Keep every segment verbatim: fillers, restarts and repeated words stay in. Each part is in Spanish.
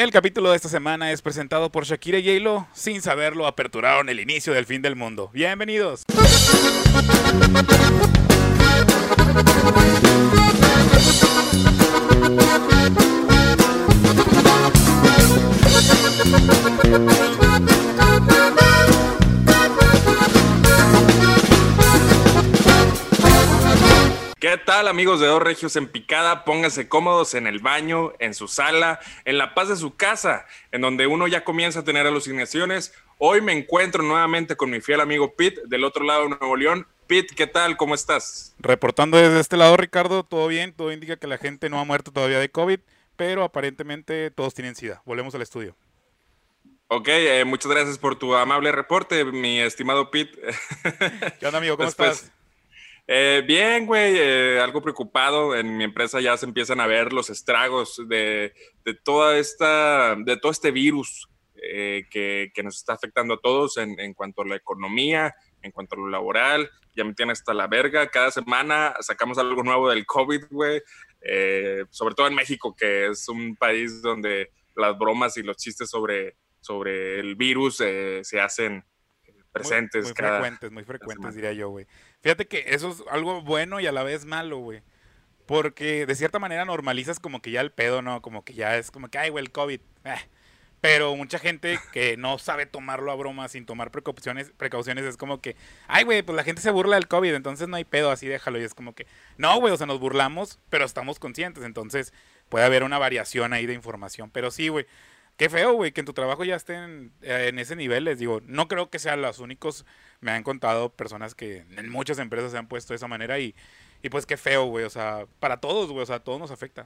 El capítulo de esta semana es presentado por Shakira y J-Lo. Sin saberlo, aperturaron el inicio del fin del mundo. Bienvenidos. ¿Qué tal, amigos de Dos Regios en Picada? Pónganse cómodos en el baño, en su sala, en la paz de su casa, en donde uno ya comienza a tener alucinaciones. Hoy me encuentro nuevamente con mi fiel amigo Pete, del otro lado de Nuevo León. Pete, ¿qué tal? ¿Cómo estás? Reportando desde este lado, Ricardo, todo bien, todo indica que la gente no ha muerto todavía de COVID, pero aparentemente todos tienen SIDA. Volvemos al estudio. Ok, eh, muchas gracias por tu amable reporte, mi estimado Pete. ¿Qué onda, amigo? ¿Cómo Después, estás? Eh, bien, güey, eh, algo preocupado. En mi empresa ya se empiezan a ver los estragos de, de toda esta, de todo este virus eh, que, que nos está afectando a todos en, en cuanto a la economía, en cuanto a lo laboral. Ya me tiene hasta la verga. Cada semana sacamos algo nuevo del COVID, güey. Eh, sobre todo en México, que es un país donde las bromas y los chistes sobre, sobre el virus eh, se hacen presentes. Muy, muy cada, frecuentes, muy frecuentes, semana. diría yo, güey. Fíjate que eso es algo bueno y a la vez malo, güey. Porque de cierta manera normalizas como que ya el pedo, ¿no? Como que ya es como que, ay, güey, el COVID. eh. Pero mucha gente que no sabe tomarlo a broma sin tomar precauciones, precauciones es como que, ay, güey, pues la gente se burla del COVID, entonces no hay pedo, así déjalo. Y es como que, no, güey, o sea, nos burlamos, pero estamos conscientes, entonces puede haber una variación ahí de información. Pero sí, güey, qué feo, güey, que en tu trabajo ya estén eh, en ese nivel. Les digo, no creo que sean los únicos. Me han contado personas que en muchas empresas se han puesto de esa manera y, y pues qué feo, güey. O sea, para todos, güey, o sea, a todos nos afecta.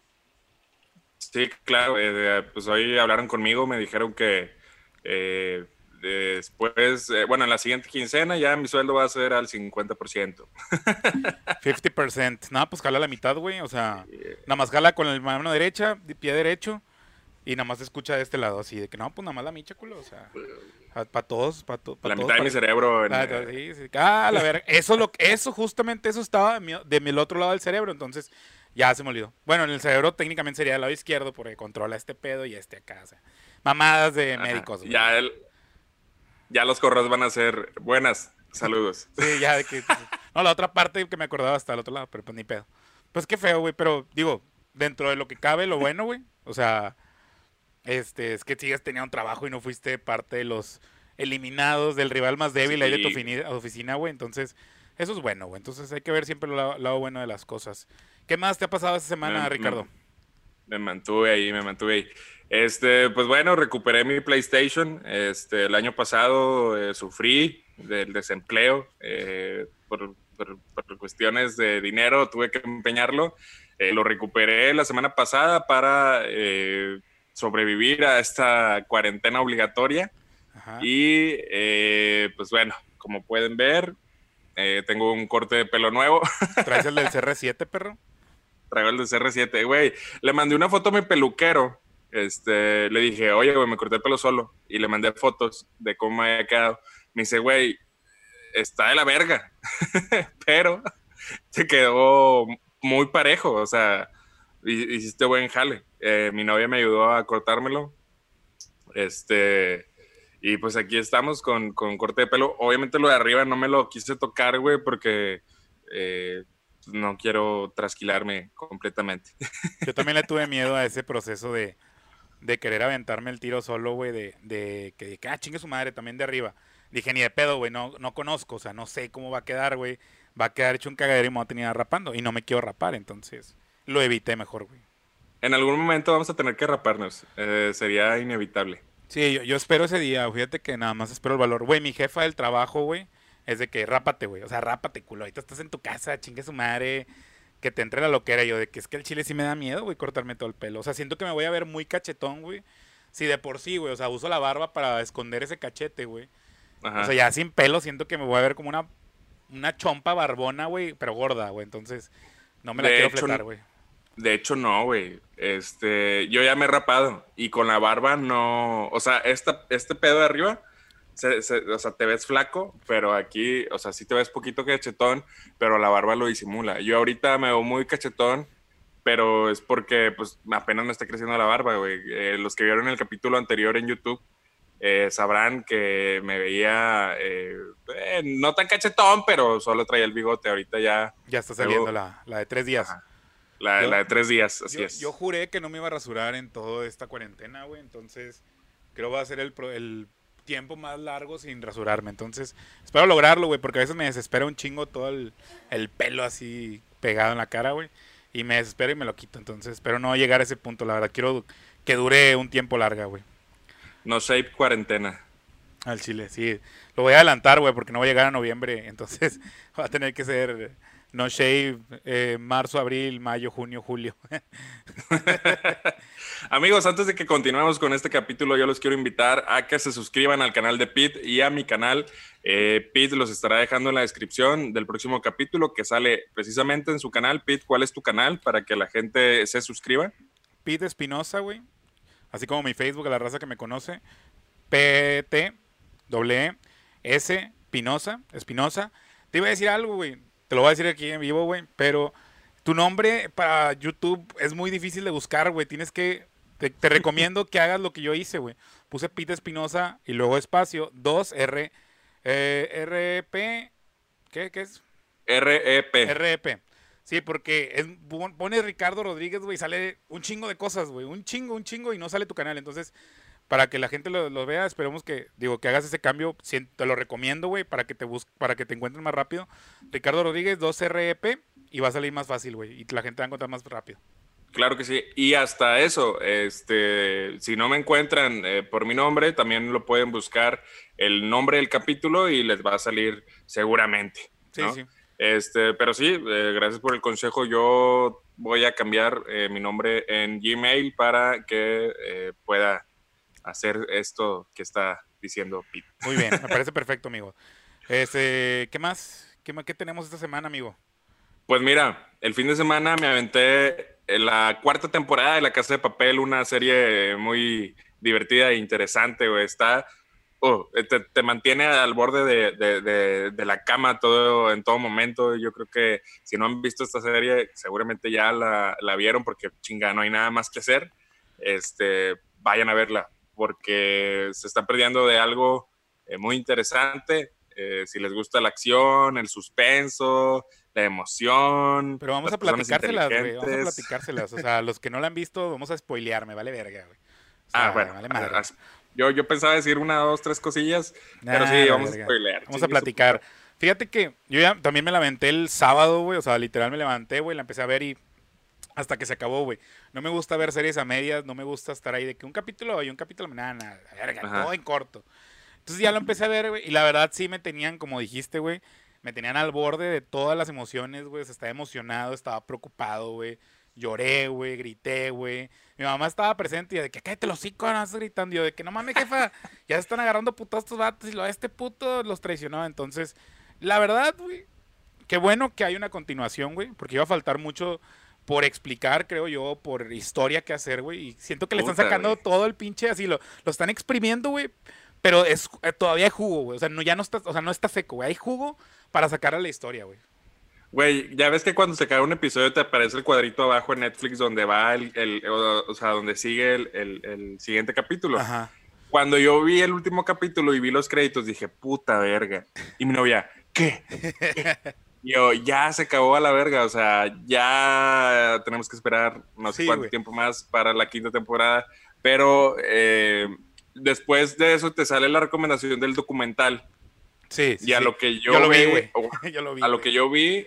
Sí, claro. Eh, pues hoy hablaron conmigo, me dijeron que eh, después, eh, bueno, en la siguiente quincena ya mi sueldo va a ser al cincuenta por ciento. cincuenta por ciento. Nada, pues jala la mitad, güey. O sea, nada más jala con la mano derecha, de pie derecho. Y nada más se escucha de este lado, así de que no, pues nada más la micha, culo. O sea, para todos, para to, pa La todos. mitad de mi cerebro. En, Ah, sí, sí. Ah, la verga. Eso, lo, eso justamente, eso estaba de mi, de mi el otro lado del cerebro. Entonces, ya se me olvidó. Bueno, en el cerebro técnicamente sería el lado izquierdo porque controla este pedo y este acá. O sea, mamadas de Ajá. médicos, güey. Ya, el, ya los correos van a ser buenas. Saludos. Sí, ya de que. No, la otra parte que me acordaba hasta el otro lado, pero pues ni pedo. Pues qué feo, güey. Pero digo, dentro de lo que cabe, lo bueno, güey. O sea, este, es que sigues teniendo un trabajo y no fuiste parte de los eliminados del rival más débil Sí. ahí de tu ofini- oficina, güey. Entonces, eso es bueno, güey. Entonces hay que ver siempre el lado, lado bueno de las cosas. ¿Qué más te ha pasado esta semana, Me, Ricardo? me, me mantuve ahí, me mantuve ahí. Este, pues bueno, recuperé mi PlayStation. Este, el año pasado eh, sufrí del desempleo eh, por, por, por cuestiones de dinero, tuve que empeñarlo. Eh, lo recuperé la semana pasada para eh, sobrevivir a esta cuarentena obligatoria. Ajá. Y eh, pues bueno, como pueden ver, eh, tengo un corte de pelo nuevo. ¿Traes el del C R siete, perro? Traigo el de C R siete, güey. Le mandé una foto a mi peluquero. Este, le dije, oye, güey, me corté el pelo solo. Y le mandé fotos de cómo me había quedado. Me dice, güey, está de la verga. Pero te quedó muy parejo. O sea, hiciste buen jale. Eh, mi novia me ayudó a cortármelo. Este, y pues aquí estamos con, con corte de pelo. Obviamente lo de arriba no me lo quise tocar, güey, porque eh, no quiero trasquilarme completamente. Yo también le tuve miedo a ese proceso de, de querer aventarme el tiro solo, güey, de, de que, de que, ah, chingue su madre, también de arriba. Dije, ni de pedo, güey, no, no conozco, o sea, no sé cómo va a quedar, güey. Va a quedar hecho un cagadero y me voy a terminar rapando. Y no me quiero rapar, entonces lo evité mejor, güey. En algún momento vamos a tener que raparnos. Eh, sería inevitable. Sí, yo, yo espero ese día, fíjate que nada más espero el valor. Güey, mi jefa del trabajo, güey, es de que rápate, güey. O sea, rápate, culo. Ahorita estás en tu casa, chingue su madre, que te entre la loquera. Yo de que es que el chile sí me da miedo, güey, cortarme todo el pelo. O sea, siento que me voy a ver muy cachetón, güey. Si de por sí, güey, o sea, uso la barba para esconder ese cachete, güey. Ajá. O sea, ya sin pelo siento que me voy a ver como una, una chompa barbona, güey, pero gorda, güey. Entonces, no me la De quiero hecho, fletar, güey. De hecho, no, güey. Este, yo ya me he rapado y con la barba no. O sea, esta, este pedo de arriba, se, se, o sea, te ves flaco, pero aquí, o sea, sí te ves poquito cachetón, pero la barba lo disimula. Yo ahorita me veo muy cachetón pero es porque pues apenas me está creciendo la barba, güey. Eh, los que vieron el capítulo anterior en YouTube eh, sabrán que me veía eh, eh, no tan cachetón, pero solo traía el bigote. Ahorita ya... Ya está luego, saliendo la, la de tres días. ajá, la, Yo, la de tres días, así yo, es. yo juré que no me iba a rasurar en toda esta cuarentena, güey. Entonces, creo que va a ser el, pro- el tiempo más largo sin rasurarme. Entonces, espero lograrlo, güey, porque a veces me desespera un chingo todo el, el pelo así pegado en la cara, güey. Y me desespero y me lo quito. Entonces, espero no llegar a ese punto, la verdad. Quiero que dure un tiempo larga, güey. No shape cuarentena. Al chile, sí. Lo voy a adelantar, güey, porque no voy a llegar a noviembre. Entonces, va a tener que ser no shave eh, marzo, abril, mayo, junio, julio. Amigos, antes de que continuemos con este capítulo, yo los quiero invitar a que se suscriban al canal de Pete y a mi canal. Eh, Pete los estará dejando en la descripción del próximo capítulo que sale precisamente en su canal. Pete, ¿cuál es tu canal para que la gente se suscriba? Pete Espinosa, güey. Así como mi Facebook, a la raza que me conoce. P T W S Espinosa, Espinosa. Te iba a decir algo, güey. Te lo voy a decir aquí en vivo, güey. Pero tu nombre para YouTube es muy difícil de buscar, güey. Tienes que... Te, te recomiendo que hagas lo que yo hice, güey. Puse Pete Espinosa y luego espacio, dos R, eh, R P, ¿qué, qué es? R E P. R E P. Sí, porque es, pone Ricardo Rodríguez, güey, sale un chingo de cosas, güey. Un chingo, un chingo y no sale tu canal. Entonces, para que la gente lo, lo vea, esperemos que, digo, que hagas ese cambio. Si, te lo recomiendo, güey, para que te bus para que te encuentres más rápido. Ricardo Rodríguez, dos R E P, y va a salir más fácil, güey. Y la gente va a encontrar más rápido. Claro que sí. Y hasta eso, este, si no me encuentran eh, por mi nombre, también lo pueden buscar el nombre del capítulo y les va a salir seguramente, ¿no? Sí, sí. Este, pero sí, eh, gracias por el consejo. Yo voy a cambiar eh, mi nombre en Gmail para que eh, pueda hacer esto que está diciendo Pete. Muy bien, me parece perfecto, amigo. Este, ¿qué más? ¿Qué, más- qué tenemos esta semana, amigo? Pues mira, el fin de semana me aventé la cuarta temporada de La Casa de Papel, una serie muy divertida e interesante, güey. Está, oh, te, te mantiene al borde de, de, de, de la cama todo, en todo momento. Yo creo que si no han visto esta serie, seguramente ya la, la vieron porque chinga, no hay nada más que hacer. Este, vayan a verla porque se están perdiendo de algo eh, muy interesante. Eh, si les gusta la acción, el suspenso, la emoción, Pero vamos las a personas platicárselas, güey. Vamos a inteligentes. platicárselas. O sea, los que no la han visto, vamos a spoilear, me vale verga, güey. O sea, Ah, bueno, vale madre. yo, yo pensaba decir una, dos, tres cosillas, pero Nah, sí, la vamos a verga. spoilear. Vamos a platicar. Fíjate que yo ya también me la aventé el sábado, güey. O sea, literal me levanté, güey, la empecé a ver y hasta que se acabó, güey. No me gusta ver series a medias, no me gusta estar ahí de que un capítulo y un capítulo, nada, nada, verga, Ajá. todo en corto. Entonces ya lo empecé a ver, güey, y la verdad sí me tenían, como dijiste, güey, me tenían al borde de todas las emociones, güey. O sea, estaba emocionado, estaba preocupado, güey. Lloré, güey, grité, güey. Mi mamá estaba presente y yo de que cállate los hocico, no estás gritando. Yo de que no mames, jefa, ya se están agarrando putos estos vatos y lo, este puto los traicionó. Entonces, la verdad, güey, qué bueno que hay una continuación, güey, porque iba a faltar mucho por explicar, creo yo, por historia que hacer, güey. Y siento que le están Puta, sacando güey. todo el pinche, así lo, lo están exprimiendo, güey. Pero es, eh, todavía hay jugo, güey. O sea, no, ya no está, o sea, no está seco, güey. Hay jugo para sacar a la historia, güey. Güey, ya ves que cuando se cae un episodio te aparece el cuadrito abajo en Netflix donde va el, el o, o sea, donde sigue el, el, el siguiente capítulo. Ajá. Cuando yo vi el último capítulo y vi los créditos, dije, puta verga. Y mi novia, ¿qué? ¿Qué? Y yo, ya se acabó a la verga, o sea, ya tenemos que esperar no sé Sí, cuánto güey. tiempo más para la quinta temporada, pero eh, después de eso te sale la recomendación del documental. Sí, sí, Y a sí. lo que yo, Yo lo vi, vi, güey. o- Yo lo vi, a lo güey. que yo vi,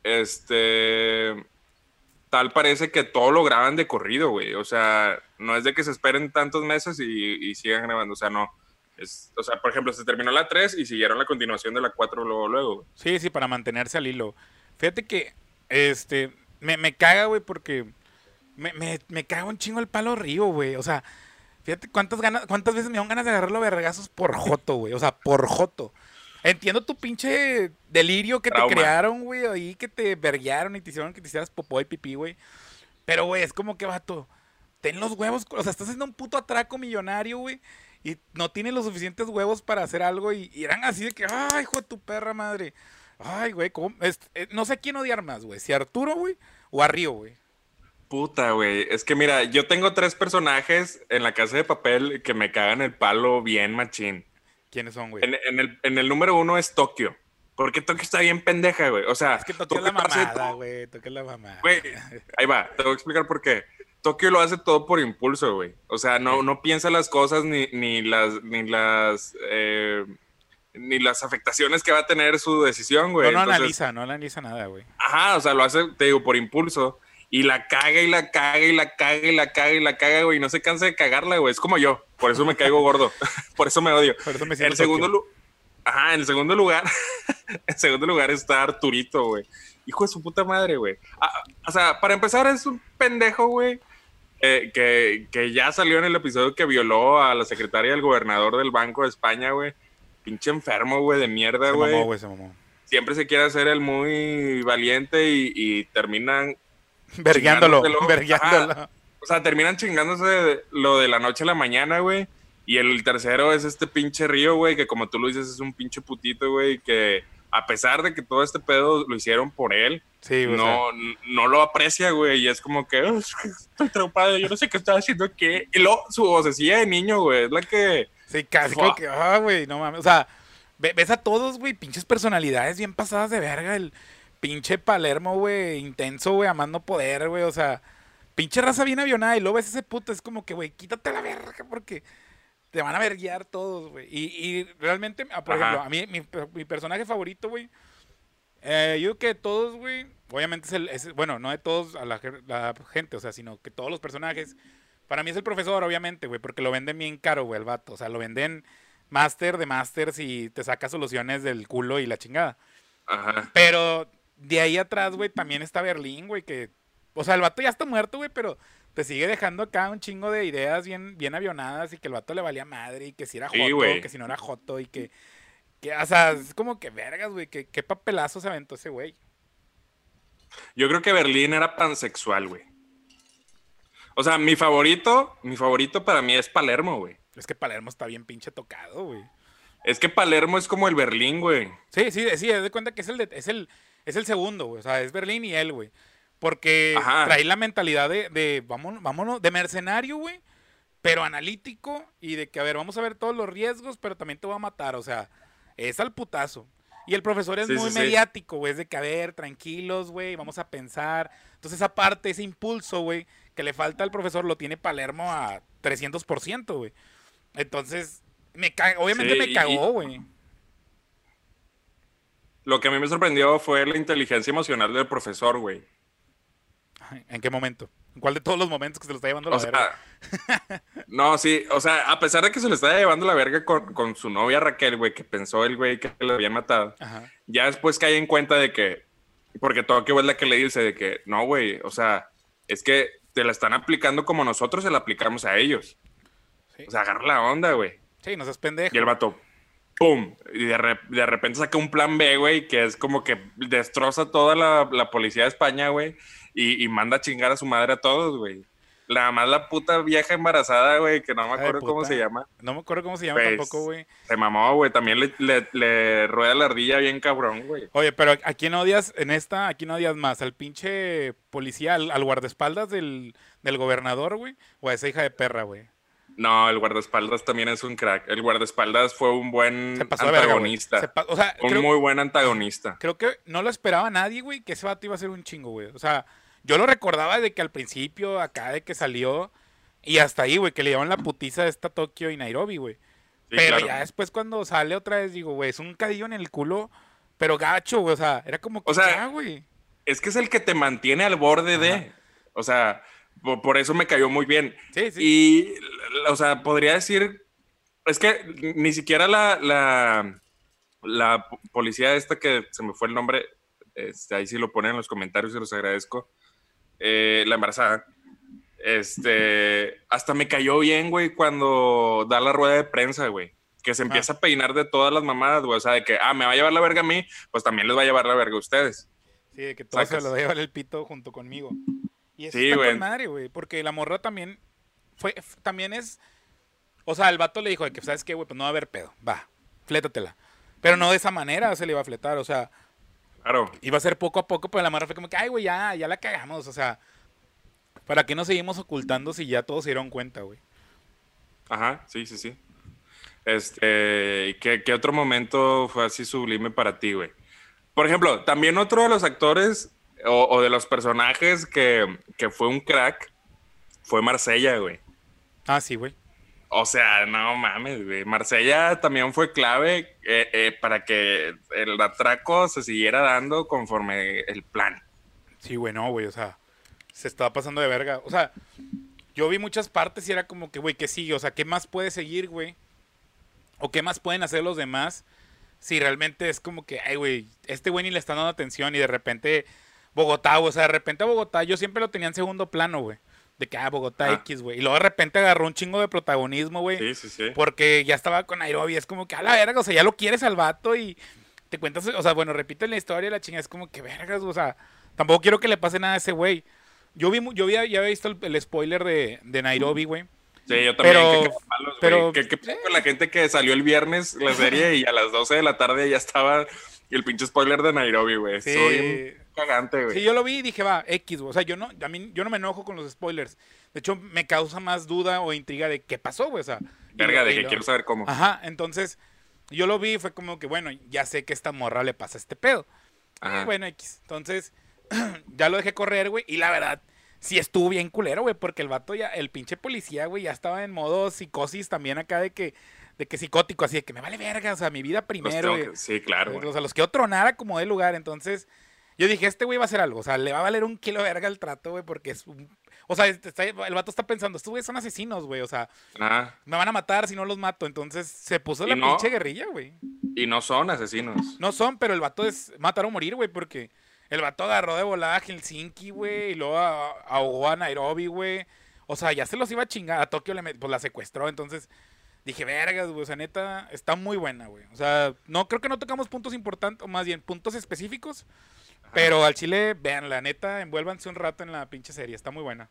este, tal parece que todo lo graban de corrido, güey. O sea, no es de que se esperen tantos meses y, y sigan grabando, o sea, no. Es, o sea, por ejemplo, se terminó la tres y siguieron la continuación de la cuatro luego, luego, güey. Sí, sí, para mantenerse al hilo. Fíjate que, este, me, me caga, güey, porque me, me, me caga un chingo el palo río, güey. O sea, fíjate cuántas ganas, cuántas veces me dan ganas de agarrarlo a vergazos por joto, güey. O sea, por joto. Entiendo tu pinche delirio que Trauma. te crearon, güey, ahí que te verguearon y te hicieron que te hicieras popó y pipí, güey. Pero, güey, es como que, vato, ten los huevos, o sea, estás haciendo un puto atraco millonario, güey, y no tienes los suficientes huevos para hacer algo y, y eran así de que, ay, hijo de tu perra madre. Ay, güey, ¿cómo? Es- eh, no sé a quién odiar más, güey, si a Arturo, güey, o a Río, güey. Puta, güey. Es que mira, yo tengo tres personajes en La Casa de Papel que me cagan el palo bien machín. ¿Quiénes son, güey? En, en el, en el número uno es Tokio. Porque Tokio está bien pendeja, güey. O sea, Es que Tokio es la Tokio lo hace mamada, todo. güey. Tokio es la mamada. Güey, ahí va, te voy a explicar por qué. Tokio lo hace todo por impulso, güey. O sea, no, Sí. no piensa las cosas ni, ni las, ni las, eh, ni las afectaciones que va a tener su decisión, güey. No, no Entonces, analiza, no analiza nada, güey. ajá, o sea, lo hace, te digo, por impulso. Y la caga y la caga y la caga y la caga y la caga, güey. Y no se cansa de cagarla, güey. Es como yo. Por eso me caigo gordo. Por eso me odio. Por eso me siento El segundo, Tokio. lu- ajá, en el segundo lugar, en segundo lugar está Arturito, güey. Hijo de su puta madre, güey. Ah, o sea, para empezar es un pendejo, güey, eh, que, que ya salió en el episodio que violó a la secretaria del gobernador del Banco de España, güey. Pinche enfermo, güey, de mierda, Se mamó, güey. güey, se mamó. Siempre se quiere hacer el muy valiente y, y terminan Vergueándolo, chingándoselo. vergueándolo. Ajá. O sea, terminan chingándose de- lo de la noche a la mañana, güey. Y el tercero es este pinche Río, güey, que como tú lo dices, es un pinche putito, güey, que a pesar de que todo este pedo lo hicieron por él, Sí, o sea, no, no lo aprecia, güey. Y es como que, "Oh, estoy traumado, yo no sé qué estaba haciendo aquí". Y luego su vocecilla de niño, güey, es la que... sí, casi Fuck. como que, ah, güey, no mames. O sea, ve- ves a todos, güey, pinches personalidades bien pasadas de verga. El pinche Palermo, güey, intenso, güey, amando poder, güey. O sea, pinche raza bien avionada. Y luego ves ese puto, es como que, güey, quítate la verga porque te van a verguiar todos, güey. Y, y realmente, ah, por Ajá. ejemplo, a mí, mi, mi personaje favorito, güey, eh, yo creo que de todos, güey, obviamente es el, es- bueno, no de todos a la, ge- la gente, o sea, sino que todos los personajes, para mí es el profesor, obviamente, güey, porque lo venden bien caro, güey, el vato, o sea, lo venden máster de másters y te saca soluciones del culo y la chingada. Ajá. Pero de ahí atrás, güey, también está Berlín, güey, que, o sea, el vato ya está muerto, güey, pero te sigue dejando acá un chingo de ideas bien, bien avionadas y que el vato le valía madre y que si era Sí, joto, güey. que si no era joto y que, que o sea, es como que vergas, güey, que qué papelazo se aventó ese güey. Yo creo que Berlín era pansexual, güey. O sea, mi favorito, mi favorito para mí es Palermo, güey. Es que Palermo está bien pinche tocado, güey. Es que Palermo es como el Berlín, güey. Sí, sí, sí, haz de cuenta que es el, de- es el, es el segundo, güey. O sea, es Berlín y él, güey. Porque Ajá. trae la mentalidad de, de vámonos, vámonos, de mercenario, güey, pero analítico y de que, a ver, vamos a ver todos los riesgos, pero también te voy a matar, o sea, es al putazo. Y el profesor es Sí, muy sí, sí. mediático, güey, es de que, a ver, tranquilos, güey, vamos a pensar. Entonces, esa parte, ese impulso, güey, que le falta al profesor, lo tiene Palermo a trescientos por ciento, güey. Entonces, me ca- obviamente Sí, me y- cagó, güey. Lo que a mí me sorprendió fue la inteligencia emocional del profesor, güey. Ay, ¿en qué momento? ¿En cuál de todos los momentos que se lo está llevando la O verga? sea, no, sí, o sea, a pesar de que se le estaba llevando la verga con, con su novia Raquel, güey, que pensó el güey que le habían matado, Ajá. ya después cae en cuenta de que, porque Tokio es la que le dice de que, no, güey, o sea, es que te la están aplicando como nosotros se la aplicamos a ellos. Sí, O sea, agarra la onda, güey. sí, no seas pendejo. Y el vato, ¡pum! Y de, re- de repente saca un plan B, güey, que es como que destroza toda la, la policía de España, güey, y, y manda a chingar a su madre a todos, güey. Nada más la puta vieja embarazada, güey, que no me Hija de acuerdo cómo puta. se llama. No me acuerdo cómo se llama Pues, tampoco, güey. se mamó, güey. También le, le, le rueda la ardilla bien cabrón, güey. Oye, pero ¿a quién odias en esta? ¿A quién odias más? ¿Al pinche policía, al, al guardaespaldas del, del gobernador, güey? ¿O a esa hija de perra, güey? No, el guardaespaldas también es un crack. El guardaespaldas fue un buen Se pasó de verga, güey. antagonista. Se pa- O sea, Un creo, muy buen antagonista. creo que no lo esperaba nadie, güey, que ese vato iba a ser un chingo, güey. O sea, yo lo recordaba de que al principio, acá de que salió, y hasta ahí, güey, que le llevan la putiza de esta Tokio y Nairobi, güey. Sí, Pero claro. ya después cuando sale otra vez, digo, güey, es un cadillo en el culo, pero gacho, güey. O sea, era como que O sea, ya, güey. Es que es el que te mantiene al borde Ajá. de. O sea, por, por eso me cayó muy bien. Sí, sí. Y, o sea, podría decir. Es que ni siquiera la, la, la policía esta que se me fue el nombre, este, ahí sí lo ponen en los comentarios y los agradezco. Eh, la embarazada. Este, hasta me cayó bien, güey, cuando da la rueda de prensa, güey. Que se empieza a peinar de todas las mamadas, güey. O sea, de que, ah, me va a llevar la verga a mí, pues también les va a llevar la verga a ustedes. Sí, de que todo Sacas. se lo va a llevar el pito junto conmigo. Y eso Sí, está güey. con madre, güey. Porque la morra también fue, f- también es. O sea, el vato le dijo de que, ¿sabes qué, güey? Pues no va a haber pedo. Va, flétatela. Pero no de esa manera se le iba a fletar. O sea, Claro. iba a ser poco a poco, pero la morra fue como que, ay, güey, ya, ya la cagamos. O sea, ¿Para qué nos seguimos ocultando si ya todos se dieron cuenta, güey? Ajá, sí, sí, sí. Este, ¿qué, qué otro momento fue así sublime para ti, güey? Por ejemplo, también otro de los actores o, o de los personajes que, que fue un crack fue Marsella, güey. Ah, sí, güey. O sea, no mames, güey. Marsella también fue clave eh, eh, para que el atraco se siguiera dando conforme el plan. Sí, güey, no, güey, o sea, se estaba pasando de verga. O sea, yo vi muchas partes y era como que, güey, ¿qué sigue? O sea, ¿qué más puede seguir, güey? ¿O qué más pueden hacer los demás? Si realmente es como que, ay, güey, este güey ni le están dando atención y de repente Bogotá, o sea, de repente a Bogotá yo siempre lo tenía en segundo plano, güey. De que, ah, Bogotá Ah, X, güey. Y luego de repente agarró un chingo de protagonismo, güey. sí, sí, sí. Porque ya estaba con Nairobi. Es como que, a la verga, o sea, ya lo quieres al vato y te cuentas, o sea, bueno, repiten la historia y la chingada. Es como que, vergas, o sea, tampoco quiero que le pase nada a ese güey. Yo vi, mu- yo vi, ya había visto el, el spoiler de, de Nairobi, güey. Sí, yo también. Pero, ¿Qué, qué malos, pero, güey? ¿Qué, qué eh, pasó con la gente que salió el viernes la serie y a las doce de la tarde ya estaba el pinche spoiler de Nairobi, güey? Soy sí, bien cagante, güey. sí, yo lo vi y dije, va, X, güey. O sea, yo no, a mí, yo no me enojo con los spoilers. De hecho, me causa más duda o intriga de qué pasó, güey. O sea, y Verga, lo- de y que lo- quiero saber cómo. Ajá, entonces, yo lo vi y fue como que, bueno, ya sé que a esta morra le pasa este pedo. Eh, Ajá. bueno, X. Entonces, ya lo dejé correr, güey. Y la verdad, sí estuvo bien culero, güey. Porque el vato ya, el pinche policía, güey, ya estaba en modo psicosis también acá de que, de que psicótico, así de que me vale verga, o sea, mi vida Los primero, tengo güey. que- Sí, claro, O güey. sea, los quiero tronar a como de lugar. Entonces, yo dije, este güey va a hacer algo. O sea, le va a valer un kilo de verga el trato, güey, porque es un... O sea, este- está- el vato está pensando, estos güeyes son asesinos, güey. O sea, Ajá. me van a matar si no los mato. Entonces, se puso Y la no, pinche guerrilla, güey. y no son asesinos. No son, pero el vato es matar o morir, güey, porque el vato agarró de volada a Helsinki, güey, y luego a- ahogó a Nairobi, güey. O sea, ya se los iba a chingar. A Tokio le met- pues la secuestró, entonces dije, vergas, güey, o sea, neta, está muy buena, güey. O sea, no creo que no tocamos puntos importantes, o más bien puntos específicos, pero al chile, vean, la neta, envuélvanse un rato en la pinche serie, está muy buena.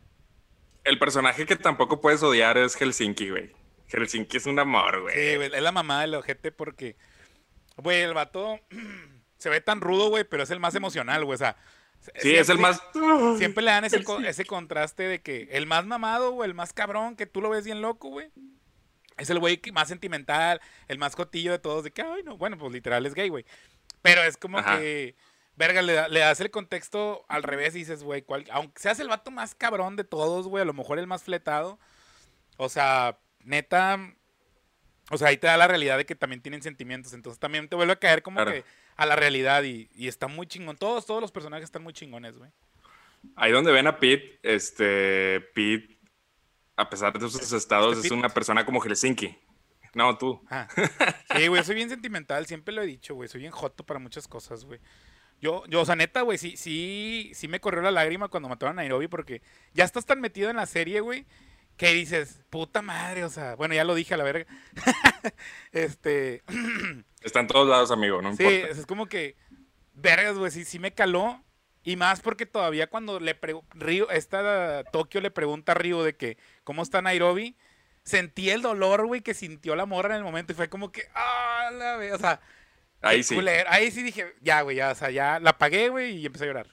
El personaje que tampoco puedes odiar es Helsinki, güey. Helsinki es un amor, güey. Sí, güey, es la mamá del ojete porque, güey, el vato se ve tan rudo, güey, pero es el más emocional, güey, o sea, Sí, es el más. siempre le dan ese, co- ese contraste de que el más mamado o el más cabrón, que tú lo ves bien loco, güey. Es el güey que- más sentimental, el más cotillo de todos, de que, ay, no, bueno, pues literal es gay, güey. Pero es como Ajá. que, verga, le, da- le das el contexto al revés y dices, güey, cuál- aunque seas el vato más cabrón de todos, güey, a lo mejor el más fletado, o sea, neta, o sea, ahí te da la realidad de que también tienen sentimientos, entonces también te vuelve a caer como Claro. que a la realidad y, y está muy chingón. Todos, todos los personajes están muy chingones, güey. Ahí donde ven a Pete, este. Pete, a pesar de sus estados, Este es Pete. una persona como Helsinki. No, tú. Ah. Sí, güey, soy bien sentimental, siempre lo he dicho, güey, soy bien joto para muchas cosas, güey. Yo, yo, o sea, neta, güey, sí, sí, sí me corrió la lágrima cuando mataron a Nairobi porque ya estás tan metido en la serie, güey, que dices, puta madre, o sea, bueno, ya lo dije a la verga. Este, Está en todos lados, amigo, no sí, importa. es como que, vergas, güey, sí, sí me caló. Y más porque todavía cuando le pre Río, esta Tokio le pregunta a Río de que, ¿cómo está Nairobi? Sentí el dolor, güey, que sintió la morra en el momento y fue como que, ah, la ve, o sea, Ahí qué sí. culero. Ahí sí dije, ya, güey, ya, o sea, ya la apagué, güey, y empecé a llorar.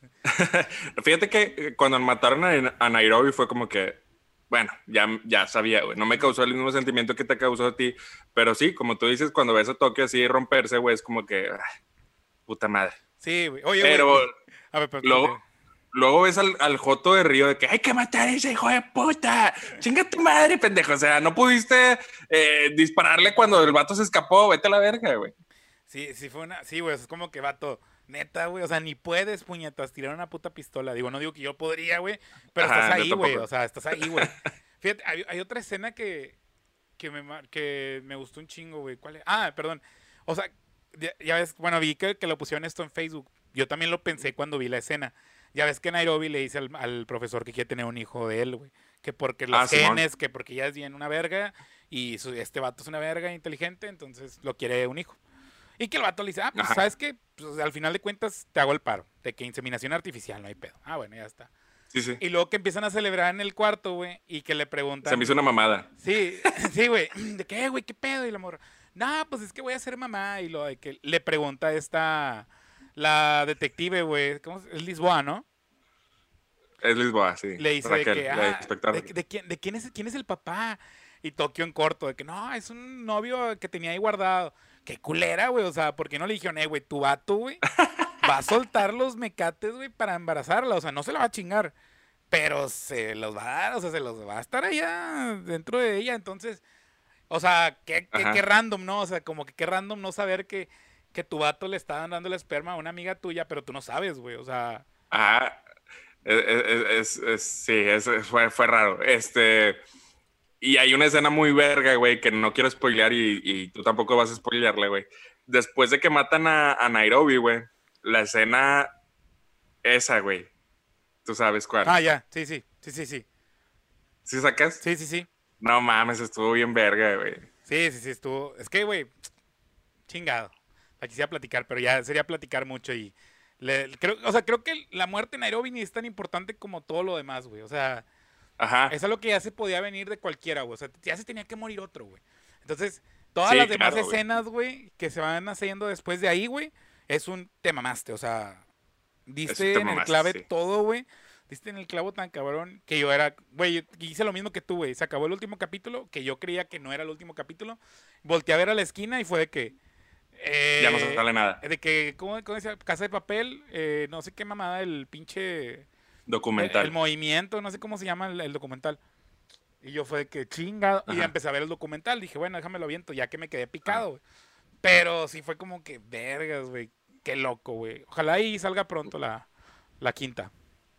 Fíjate que eh, cuando mataron a, a Nairobi fue como que, bueno, ya, ya sabía, güey. No me causó el mismo sentimiento que te causó a ti. Pero sí, como tú dices, cuando ves a Tokio así romperse, güey, es como que, ah, puta madre. Sí, güey. Oye, Pero güey. A ver, pero, luego, luego ves al, al Joto de Río de que hay que matar a ese hijo de puta. Chinga tu madre, pendejo. O sea, no pudiste eh, dispararle cuando el vato se escapó. Vete a la verga, güey. Sí, sí fue una, sí, güey, es como que vato, neta, güey, o sea, ni puedes, puñetas, tirar una puta pistola. Digo, no digo que yo podría, güey, pero Ajá, estás yo ahí, güey, tampoco. o sea, estás ahí, güey. Fíjate, hay, hay otra escena que, que me, mar- que me gustó un chingo, güey. ¿Cuál es? Ah, perdón. O sea, ya, ya ves, bueno, vi que, que lo pusieron esto en Facebook. Yo también lo pensé cuando vi la escena. Ya ves que Nairobi le dice al, al profesor que quiere tener un hijo de él, güey. Que porque los Ah, Simón. genes, que porque ya es bien una verga y su- este vato es una verga inteligente, entonces lo quiere un hijo. Y que el vato le dice, ah, pues, Ajá. ¿sabes qué? Pues al final de cuentas te hago el paro. De que inseminación artificial, no hay pedo. Ah, bueno, ya está. Sí, sí. Y luego que empiezan a celebrar en el cuarto, güey, y que le preguntan... Se me hizo una mamada. Sí, sí, güey. ¿De qué, güey? ¿Qué pedo? Y la morra, no, pues es que voy a ser mamá. Y lo de que le pregunta esta, la detective, güey, ¿cómo se- es Lisboa, ¿no? Es Lisboa, sí. Le dice Raquel, de que, la ah, inspectora. de, de quién, de quién es, quién es el papá? Y Tokio en corto, de que no, es un novio que tenía ahí guardado. Qué culera, güey, o sea, ¿por qué no le dijeron, eh, güey, tu vato, güey, va a soltar los mecates, güey, para embarazarla? O sea, no se la va a chingar, pero se los va a dar, o sea, se los va a estar allá dentro de ella. Entonces, o sea, qué, qué, qué Ajá. random, ¿no? O sea, como que qué random no saber que, que tu vato le está dando el esperma a una amiga tuya, pero tú no sabes, güey, o sea, Ajá. Es, es- es- es- sí, es- es- fue, fue raro. Este, y hay una escena muy verga, güey, que no quiero spoilear y, y tú tampoco vas a spoilearle, güey. Después de que matan a, a Nairobi, güey, la escena esa, güey, tú sabes cuál. ah, ya, sí, sí, sí, sí, sí, ¿Sí sacas? sí, sí, sí. No mames, estuvo bien verga, güey. Sí, sí, sí, estuvo. Es que, güey, chingado. La quisiera platicar, pero ya sería platicar mucho y. Le, creo, o sea, creo que la muerte en Nairobi ni es tan importante como todo lo demás, güey. O sea, Ajá. es algo que ya se podía venir de cualquiera, güey. O sea, ya se tenía que morir otro, güey. Entonces, todas Sí, las demás claro, güey. escenas, güey, que se van haciendo después de ahí, güey, es un te mamaste. O sea, Eso diste te en el mamaste, clave sí. todo, güey. Diste en el clavo tan cabrón que yo era, güey, yo hice lo mismo que tú, güey. Se acabó el último capítulo, que yo creía que no era el último capítulo. Volteé a ver a la esquina y fue de que, Ya no eh, sale nada. de que, ¿cómo, cómo decía? Casa de papel, eh, no sé qué mamada, el pinche, el, el Documental. movimiento, no sé cómo se llama el, el documental. Y yo fue de que chinga, y ya Ajá. empecé a ver el documental. Dije, bueno, déjame lo aviento, ya que me quedé Ajá. picado, güey. Pero sí fue como que, vergas, güey. Qué loco, güey. Ojalá y salga pronto la, la quinta.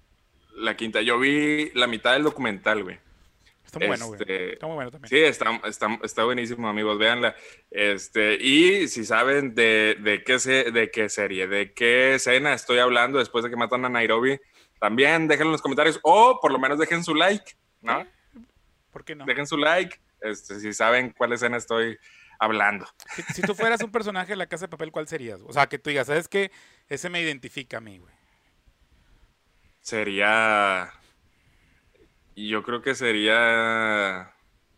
La quinta. Yo vi la mitad del documental, güey. Está muy bueno, güey. Este, Está muy bueno también. sí, está, está, está buenísimo, amigos, véanla. Este, y si saben de, de, qué se, de qué serie, de qué escena estoy hablando después de que matan a Nairobi, también déjenlo en los comentarios o por lo menos dejen su like, ¿Sí? ¿no? ¿Por qué no? Dejen su like, este, si saben cuál escena estoy hablando. Si, si tú fueras un personaje de la Casa de Papel, ¿cuál serías? O sea, que tú digas, ¿sabes qué? Ese me identifica a mí, güey. Sería, yo creo que sería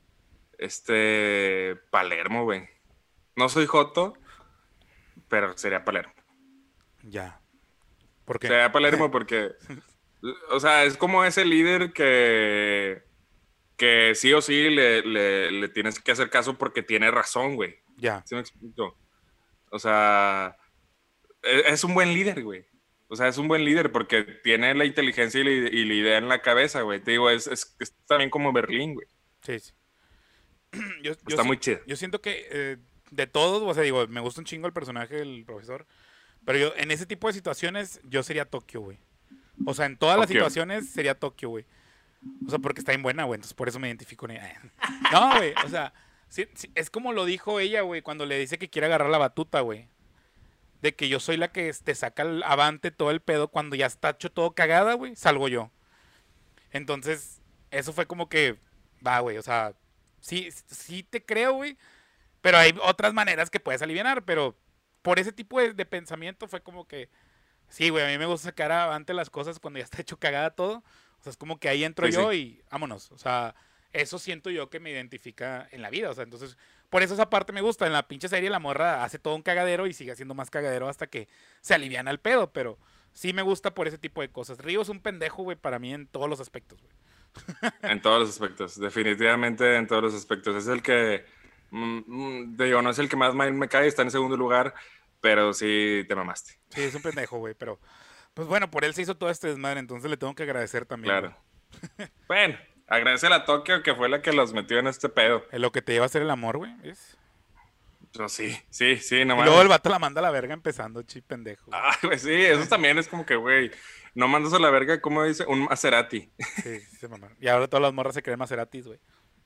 este Palermo, güey. No soy Joto, pero sería Palermo. Ya. ¿Por qué? Sería Palermo porque, o sea, es como ese líder que, que sí o sí le, le, le tienes que hacer caso porque tiene razón, güey. Ya. ¿Sí me explico? O sea, es, es un buen líder, güey. O sea, es un buen líder porque tiene la inteligencia y la, y la idea en la cabeza, güey. Te digo, es, es, es también como Berlín, güey. Sí, sí. Yo, yo, Está si- muy chido. yo siento que eh, de todos, o sea, digo, me gusta un chingo el personaje del profesor. Pero yo, en ese tipo de situaciones, yo sería Tokio, güey. O sea, en todas las Tokio. situaciones sería Tokio, güey. O sea, porque está bien buena, güey. Entonces por eso me identifico con ella. No, güey. O sea, sí- sí, es como lo dijo ella, güey, cuando le dice que quiere agarrar la batuta, güey. De que yo soy la que te saca el avante todo el pedo cuando ya está hecho todo cagada, güey. Salgo yo. Entonces, eso fue como que, va, güey. O sea, sí, sí te creo, güey. Pero hay otras maneras que puedes aliviar, pero por ese tipo de, de pensamiento fue como que, sí, güey, a mí me gusta sacar avante las cosas cuando ya está hecho cagada todo. O sea, es como que ahí entro Sí, yo sí. y vámonos. O sea, eso siento yo que me identifica en la vida. O sea, entonces, por eso esa parte me gusta. En la pinche serie la morra hace todo un cagadero y sigue haciendo más cagadero hasta que se aliviana el pedo, pero sí me gusta por ese tipo de cosas. Río es un pendejo, güey, para mí en todos los aspectos, güey. En todos los aspectos, definitivamente en todos los aspectos. Es el que, mm, mm, te digo, no es el que más mal me cae, está en segundo lugar, pero sí te mamaste, Sí, es un pendejo, güey, pero pues bueno, por él se hizo todo este desmadre, entonces le tengo que agradecer también, güey. claro. Bueno, agradece a Tokio que fue la que los metió en este pedo. Es lo que te lleva a hacer el amor, güey, ¿ves? Yo sí, sí, sí, no Y luego el mames. vato la manda a la verga empezando, chi pendejo, güey. Ay, güey, sí, eso también es como que, güey, no mandas a la verga, ¿cómo dice? Un Maserati. Sí, sí, se mamaron. Y ahora todas las morras se creen Maseratis, güey.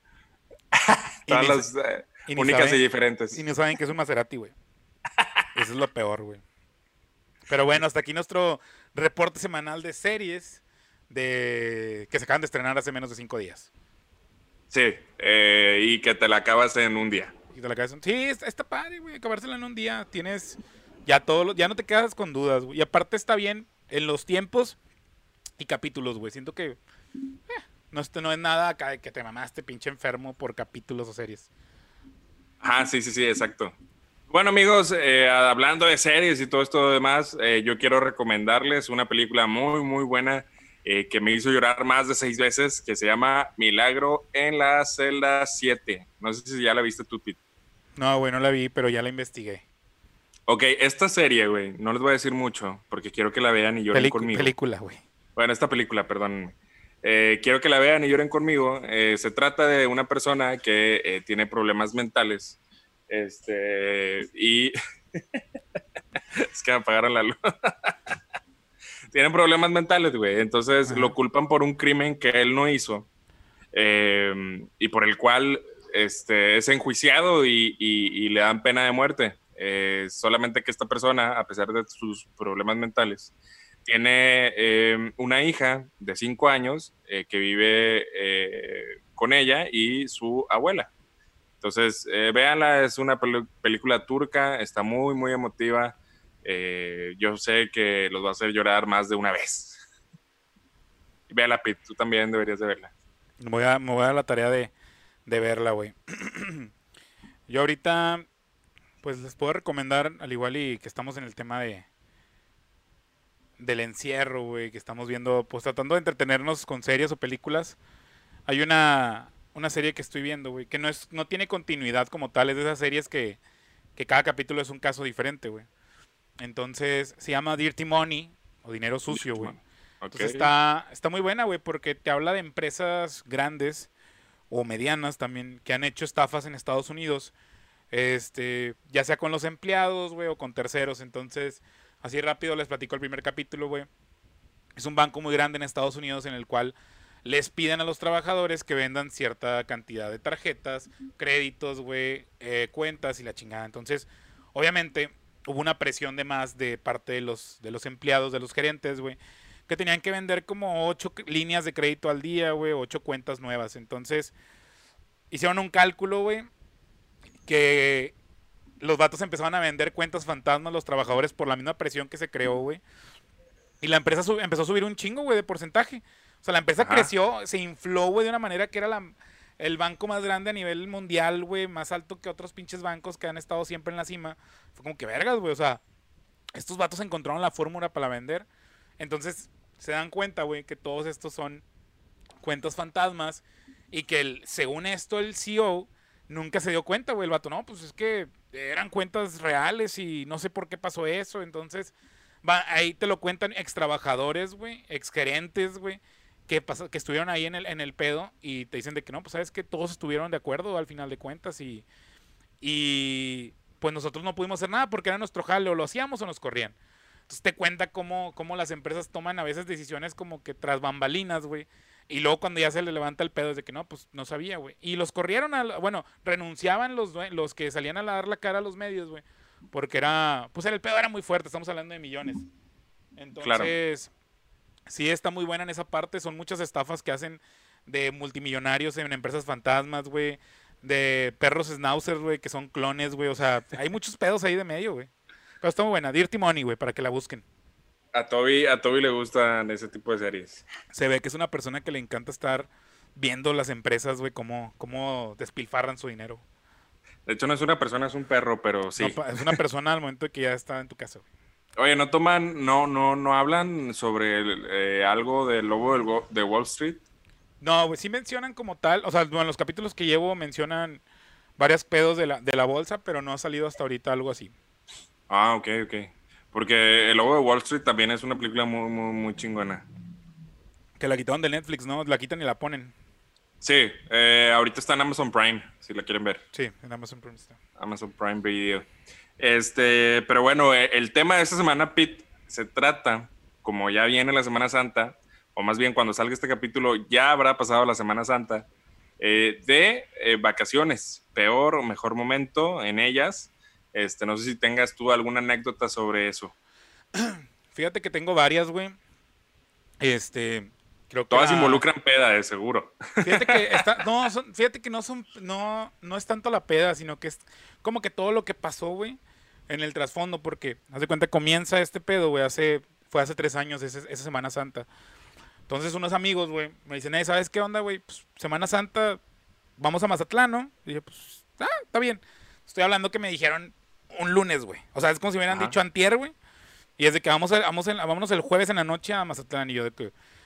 Y Todas ni, las sa- eh, y ni únicas y saben, y diferentes. no saben que es un Maserati, güey. Eso es lo peor, güey. Pero bueno, hasta aquí nuestro reporte semanal de series de que se acaban de estrenar hace menos de cinco días. Sí, eh, y que te la acabas en un día. Y te la cabeza. Sí, está, está padre, güey, acabársela en un día. Tienes ya todo, lo- ya no te quedas con dudas, güey. Y aparte está bien en los tiempos y capítulos, güey. Siento que eh, no, es- no es nada acá de que te mamaste pinche enfermo por capítulos o series. Ah, sí, sí, sí, exacto. Bueno, amigos, eh, hablando de series y todo esto demás, eh, yo quiero recomendarles una película muy, muy buena eh, que me hizo llorar más de seis veces, que se llama Milagro en la celda siete. No sé si ya la viste tú, Pete. No, güey, no la vi, pero ya la investigué. Ok, esta serie, güey, no les voy a decir mucho, porque quiero que la vean y lloren Pelicu- conmigo. película, güey. Bueno, esta película, perdón. Eh, quiero que la vean y lloren conmigo. Eh, se trata de una persona que eh, tiene problemas mentales. Este, y... es que me apagaron la luz. Tienen problemas mentales, güey. Entonces Ajá. lo culpan por un crimen que él no hizo. Eh, y por el cual este, es enjuiciado y, y, y le dan pena de muerte. Eh, solamente que esta persona, a pesar de sus problemas mentales, tiene eh, una hija de cinco años eh, que vive eh, con ella y su abuela. Entonces, eh, véanla, es una pel- película turca, está muy, muy emotiva. Eh, yo sé que los va a hacer llorar más de una vez. Véala, Pete, tú también deberías de verla. Voy a, me voy a dar la tarea de, de verla, güey. Yo ahorita, pues les puedo recomendar, al igual y que estamos en el tema de del encierro, güey, que estamos viendo, pues tratando de entretenernos con series o películas. Hay una, una serie que estoy viendo, güey, que no es, no tiene continuidad como tal, es de esas series que, que cada capítulo es un caso diferente, güey. Entonces, se llama Dirty Money, o Dinero Sucio, güey. Ok. Entonces está, está muy buena, güey, porque te habla de empresas grandes o medianas también que han hecho estafas en Estados Unidos, este, ya sea con los empleados, güey, o con terceros. Entonces, así rápido les platico el primer capítulo, güey. Es un banco muy grande en Estados Unidos en el cual les piden a los trabajadores que vendan cierta cantidad de tarjetas, créditos, güey, eh, cuentas y la chingada. Entonces, obviamente, hubo una presión de más de parte de los, de los empleados, de los gerentes, güey, que tenían que vender como ocho líneas de crédito al día, güey, ocho cuentas nuevas. Entonces, hicieron un cálculo, güey, que los vatos empezaban a vender cuentas fantasmas a los trabajadores por la misma presión que se creó, güey. Y la empresa sub- empezó a subir un chingo, güey, de porcentaje. O sea, la empresa Ajá. creció, se infló, güey, de una manera que era la, el banco más grande a nivel mundial, güey, más alto que otros pinches bancos que han estado siempre en la cima. Fue como que vergas, güey, o sea, estos vatos encontraron la fórmula para vender. Entonces, se dan cuenta, güey, que todos estos son cuentas fantasmas y que el, según esto el C E O nunca se dio cuenta, güey, el vato, no, pues es que eran cuentas reales y no sé por qué pasó eso. Entonces, va, ahí te lo cuentan ex trabajadores, güey, ex gerentes, güey, que, pasa, que estuvieron ahí en el, en el pedo y te dicen de que no, pues sabes que todos estuvieron de acuerdo al final de cuentas y, y pues nosotros no pudimos hacer nada porque era nuestro jale, o lo hacíamos o nos corrían. Entonces te cuenta cómo, cómo las empresas toman a veces decisiones como que tras bambalinas, güey. Y luego cuando ya se le levanta el pedo es de que no, pues no sabía, güey. Y los corrieron, a, bueno, renunciaban los, los que salían a dar la cara a los medios, güey. Porque era, pues el pedo era muy fuerte, estamos hablando de millones. Claro. Entonces, sí está muy buena en esa parte. Son muchas estafas que hacen de multimillonarios en empresas fantasmas, güey. De perros schnauzers, güey, que son clones, güey. O sea, hay muchos pedos ahí de medio, güey. Pero está muy buena. Dirty Money, güey, para que la busquen. A Toby, a Toby le gustan ese tipo de series. Se ve que es una persona que le encanta estar viendo las empresas, güey, cómo, cómo despilfarran su dinero. De hecho, no es una persona, es un perro, pero No, sí. es una persona al momento de que ya está en tu casa, güey. Oye, no toman, no, no, no hablan sobre el, eh, algo del lobo del Go- de Wall Street. No, güey, sí mencionan como tal, o sea, bueno, en los capítulos que llevo mencionan varios pedos de la, de la bolsa, pero no ha salido hasta ahorita algo así. Ah, ok, ok. Porque el lobo de Wall Street también es una película muy, muy, muy chingona. Que la quitaron de Netflix, ¿no? La quitan y la ponen. Sí, eh, ahorita está en Amazon Prime, si la quieren ver. Sí, en Amazon Prime está. Amazon Prime Video. Este, pero bueno, eh, el tema de esta semana, Pete, se trata, como ya viene la Semana Santa, o más bien cuando salga este capítulo, ya habrá pasado la Semana Santa, eh, de eh, vacaciones, peor o mejor momento en ellas. Este, no sé si tengas tú alguna anécdota sobre eso. Fíjate que tengo varias, güey. Este, creo que Todas la... involucran peda, de seguro. Fíjate que está, no, son, fíjate que no son, no, no es tanto la peda, sino que es como que todo lo que pasó, güey, en el trasfondo, porque, haz de cuenta, comienza este pedo, güey, hace, fue hace tres años, ese- esa Semana Santa. Entonces unos amigos, güey, me dicen, hey, ¿sabes qué onda, güey? Pues, Semana Santa, vamos a Mazatlán, ¿no? Y yo, pues, ah, está bien. Estoy hablando que me dijeron un lunes, güey. O sea, es como si me hubieran Ajá. dicho antier, güey. Y es de que vamos a, vamos en- vámonos el jueves en la noche a Mazatlán. Y yo de que,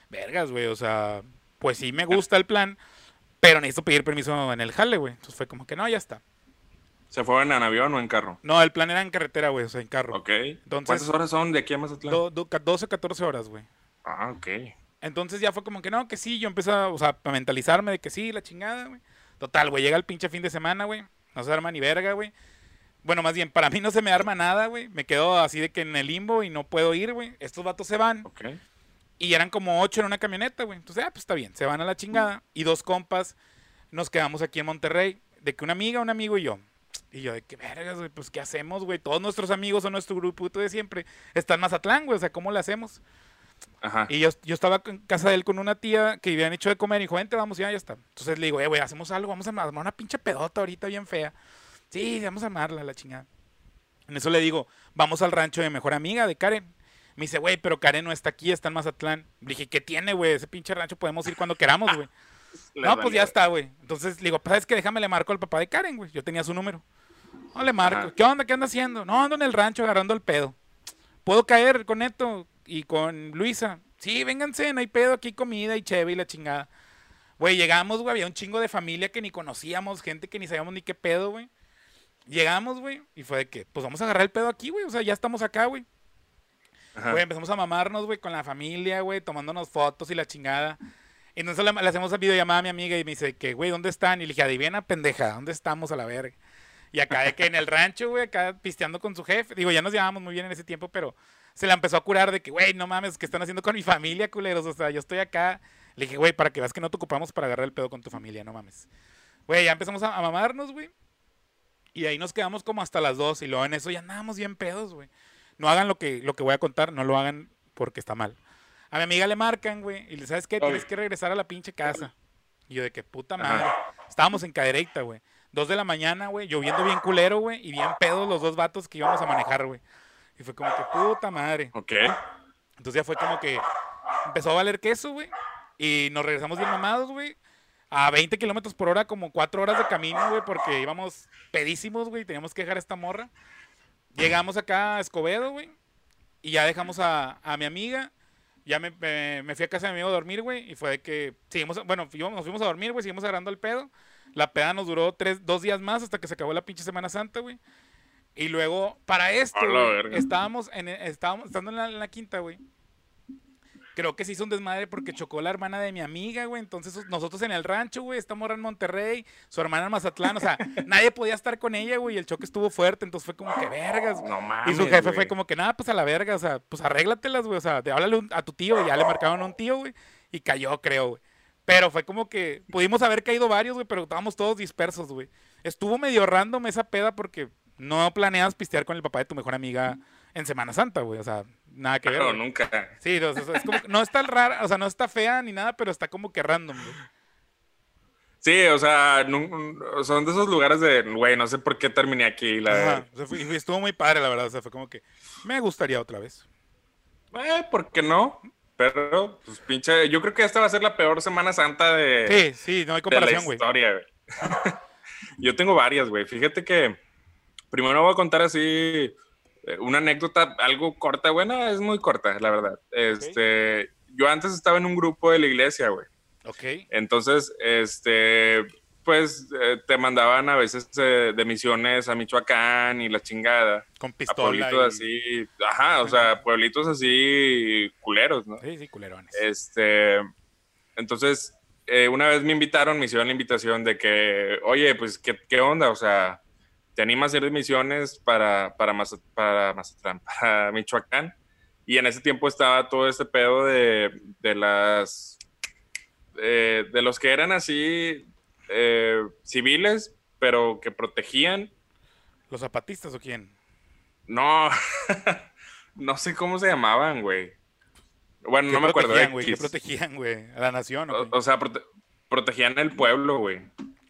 vergas, güey, o sea, pues sí me gusta el plan, pero necesito pedir permiso en el jale, güey. Entonces fue como que no, ya está. ¿Se fueron en avión o en carro? No, el plan era en carretera, güey, o sea, en carro. Ok. ¿Cuántas Entonces, horas son de aquí a Mazatlán? do, do, doce, catorce horas, güey. Ah, ok. Entonces ya fue como que no, que sí, yo empecé a, o sea, a mentalizarme de que sí, la chingada, güey. Total, güey, llega el pinche fin de semana, güey. No se arma ni verga, güey. Bueno, más bien, para mí no se me arma nada, güey. Me quedo así de que en el limbo y no puedo ir, güey. Estos vatos se van. Ok. Y eran como ocho en una camioneta, güey. Entonces, ah, pues está bien. Se van a la chingada. Y dos compas nos quedamos aquí en Monterrey. De que una amiga, un amigo y yo. Y yo, de que vergas, güey, pues ¿qué hacemos, güey? Todos nuestros amigos o nuestro grupito de siempre están en Mazatlán, güey. O sea, ¿cómo le hacemos? Ajá. Y yo, yo estaba en casa de él con una tía que habían hecho de comer y dijo, vente, vamos, ya, ya está. Entonces le digo, eh, güey, hacemos algo, vamos a armar una pinche pedota ahorita bien fea. Sí, vamos a armarla, la chingada. En eso le digo, vamos al rancho de mejor amiga de Karen. Me dice, güey, pero Karen no está aquí, está en Mazatlán. Le dije, ¿qué tiene, güey? Ese pinche rancho podemos ir cuando queramos, güey. Les No, pues valió. ya está, güey. Entonces le digo, pues sabes que déjame le marco al papá de Karen, güey. Yo tenía su número. No le marco. Ajá. ¿Qué onda? ¿Qué anda haciendo? No, ando en el rancho agarrando el pedo. ¿Puedo caer con Neto y con Luisa? Sí, vénganse, no hay pedo, aquí hay comida y chévere y la chingada. Güey, llegamos, güey, había un chingo de familia que ni conocíamos, gente que ni sabíamos ni qué pedo, güey. Llegamos, güey, y fue de que, pues vamos a agarrar el pedo aquí, güey, o sea, ya estamos acá, güey. Ajá. Güey, empezamos a mamarnos, güey, con la familia, güey, tomándonos fotos y la chingada. Y entonces le, le hacemos videollamada a mi amiga y me dice que, güey, ¿dónde están? Y le dije, adivina, pendeja, ¿dónde estamos a la verga? Y acá de que en el rancho, güey, acá pisteando con su jefe. Digo, ya nos llevábamos muy bien en ese tiempo, pero se la empezó a curar de que, güey, no mames, ¿qué están haciendo con mi familia, culeros? O sea, yo estoy acá. Le dije, güey, para que veas que no te ocupamos para agarrar el pedo con tu familia, no mames. Güey, ya empezamos a, a mamarnos, güey. Y ahí nos quedamos como hasta las dos. Y luego en eso ya andábamos bien pedos, güey. No hagan lo que, lo que voy a contar, no lo hagan porque está mal. A mi amiga le marcan, güey, y le sabes qué, tienes Ay. que regresar a la pinche casa. Y yo de que puta madre. Ajá. Estábamos en Cadereyta, güey. Dos de la mañana, güey, lloviendo bien culero, güey, y bien pedos los dos vatos que íbamos a manejar, güey. Y fue como que puta madre. Ok. Entonces ya fue como que empezó a valer queso, güey. Y nos regresamos bien mamados, güey. A veinte kilómetros por hora, como cuatro horas de camino, güey, porque íbamos pedísimos, güey. Teníamos que dejar esta morra. Llegamos acá a Escobedo, güey. Y ya dejamos a, a mi amiga. Ya me, me, me fui a casa de mi amigo a dormir, güey. Y fue de que seguimos, bueno, fuimos- nos fuimos a dormir, güey. Seguimos agarrando el pedo. La peda nos duró tres, dos días más hasta que se acabó la pinche Semana Santa, güey. Y luego, para esto, A la güey, verga. estábamos, en, estábamos estando en la, en la quinta, güey. Creo que se hizo un desmadre porque chocó la hermana de mi amiga, güey. Entonces nosotros en el rancho, güey, esta morra en Monterrey, su hermana en Mazatlán, o sea, nadie podía estar con ella, güey. Y el choque estuvo fuerte, entonces fue como que vergas. No Y mames, su jefe güey. fue como que nada, pues a la verga, o sea, pues arréglatelas, güey. O sea, de, háblale un- a tu tío, y ya le marcaron a un tío, güey. Y cayó, creo, güey. Pero fue como que pudimos haber caído varios, güey, pero estábamos todos dispersos, güey. Estuvo medio random esa peda porque no planeas pistear con el papá de tu mejor amiga en Semana Santa, güey. O sea, nada que ver. No, güey. nunca. Sí, o sea, es como, que no está rara, o sea, no está fea ni nada, pero está como que random, güey. Sí, o sea, nun- son de esos lugares de, güey, no sé por qué terminé aquí. La... Ajá, o sea, fue- y estuvo muy padre, la verdad. O sea, fue como que me gustaría otra vez. Eh, ¿por qué no? Pero, pues pinche, yo creo que esta va a ser la peor Semana Santa de, Sí, sí, no hay de la comparación, güey. historia, güey. Yo tengo varias, güey. Fíjate que primero voy a contar así eh, una anécdota algo corta, buena, es muy corta, la verdad. Este, yo antes estaba en un grupo de la iglesia, güey. Ok. Entonces, este, pues eh, te mandaban a veces eh, de misiones a Michoacán y la chingada. Con A pistola pueblitos y... así, ajá, o sea, pueblitos así culeros, ¿no? Sí, sí, culerones. Este, entonces, eh, una vez me invitaron, me hicieron la invitación de que, oye, pues, ¿qué, qué onda? O sea, ¿te animas a ir de misiones para, para, Mazat- para Mazatlán, para Michoacán? Y en ese tiempo estaba todo este pedo de, de las, eh, de los que eran así eh, civiles, pero que protegían. ¿Los zapatistas o quién? No, no sé cómo se llamaban, güey. Bueno, ¿Qué no me acuerdo. protegían, güey? ¿Qué X. protegían, güey? ¿A la nación o O, qué? o sea, prote- protegían el pueblo, güey.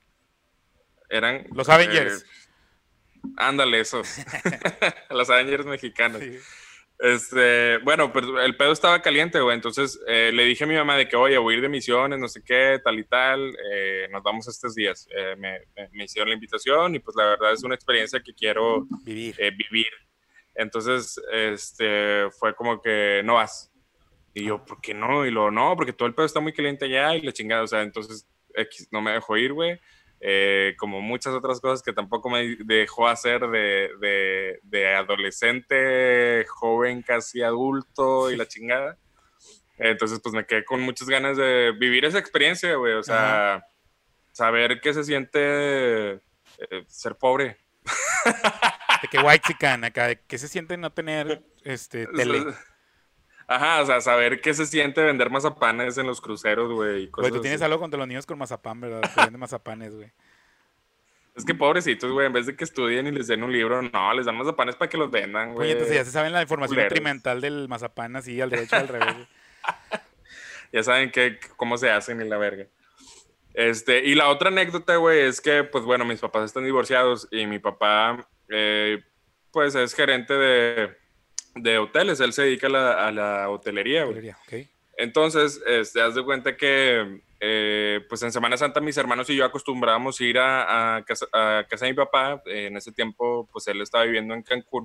Eran. Los Avengers. eh, ándale, esos. Los Avengers mexicanos. Sí. Este, bueno, pues el pedo estaba caliente, güey. Entonces eh, le dije a mi mamá de que, oye, voy a ir de misiones, no sé qué, tal y tal. eh, nos vamos estos días. Eh, me, me- me hicieron la invitación y pues la verdad es una experiencia que quiero Vivir. eh, vivir. Entonces, este, fue como que no vas. Y yo, ¿por qué no? Y luego, no, porque todo el pedo está muy caliente allá y la chingada, o sea, entonces X no me dejó ir, güey. Eh, como muchas otras cosas que tampoco me dejó hacer de, de, de adolescente, joven, casi adulto y la chingada. Entonces, pues me quedé con muchas ganas de vivir esa experiencia, güey. O sea, ajá, saber qué se siente eh, ser pobre. De que white chican acá, de que se siente no tener este tele. Ajá, o sea, saber qué se siente vender mazapanes en los cruceros, güey. Güey, tú tienes así algo contra los niños con mazapán, ¿verdad? Que venden mazapanes, güey. Es que pobrecitos, güey, en vez de que estudien y les den un libro, no, les dan mazapanes para que los vendan, güey. Oye, entonces ya se saben la información Culeros. nutrimental del mazapán así, al derecho al revés, güey. Ya saben que, cómo se hacen y la verga. Este, y la otra anécdota, güey, es que, pues bueno, mis papás están divorciados y mi papá, eh, pues es gerente de, de hoteles. Él se dedica a la, a la hotelería, güey. Hotelería, ok. Entonces, este, haz de cuenta que, eh, pues en Semana Santa mis hermanos y yo acostumbrábamos ir a, a, casa, a casa de mi papá. Eh, en ese tiempo, pues él estaba viviendo en Cancún.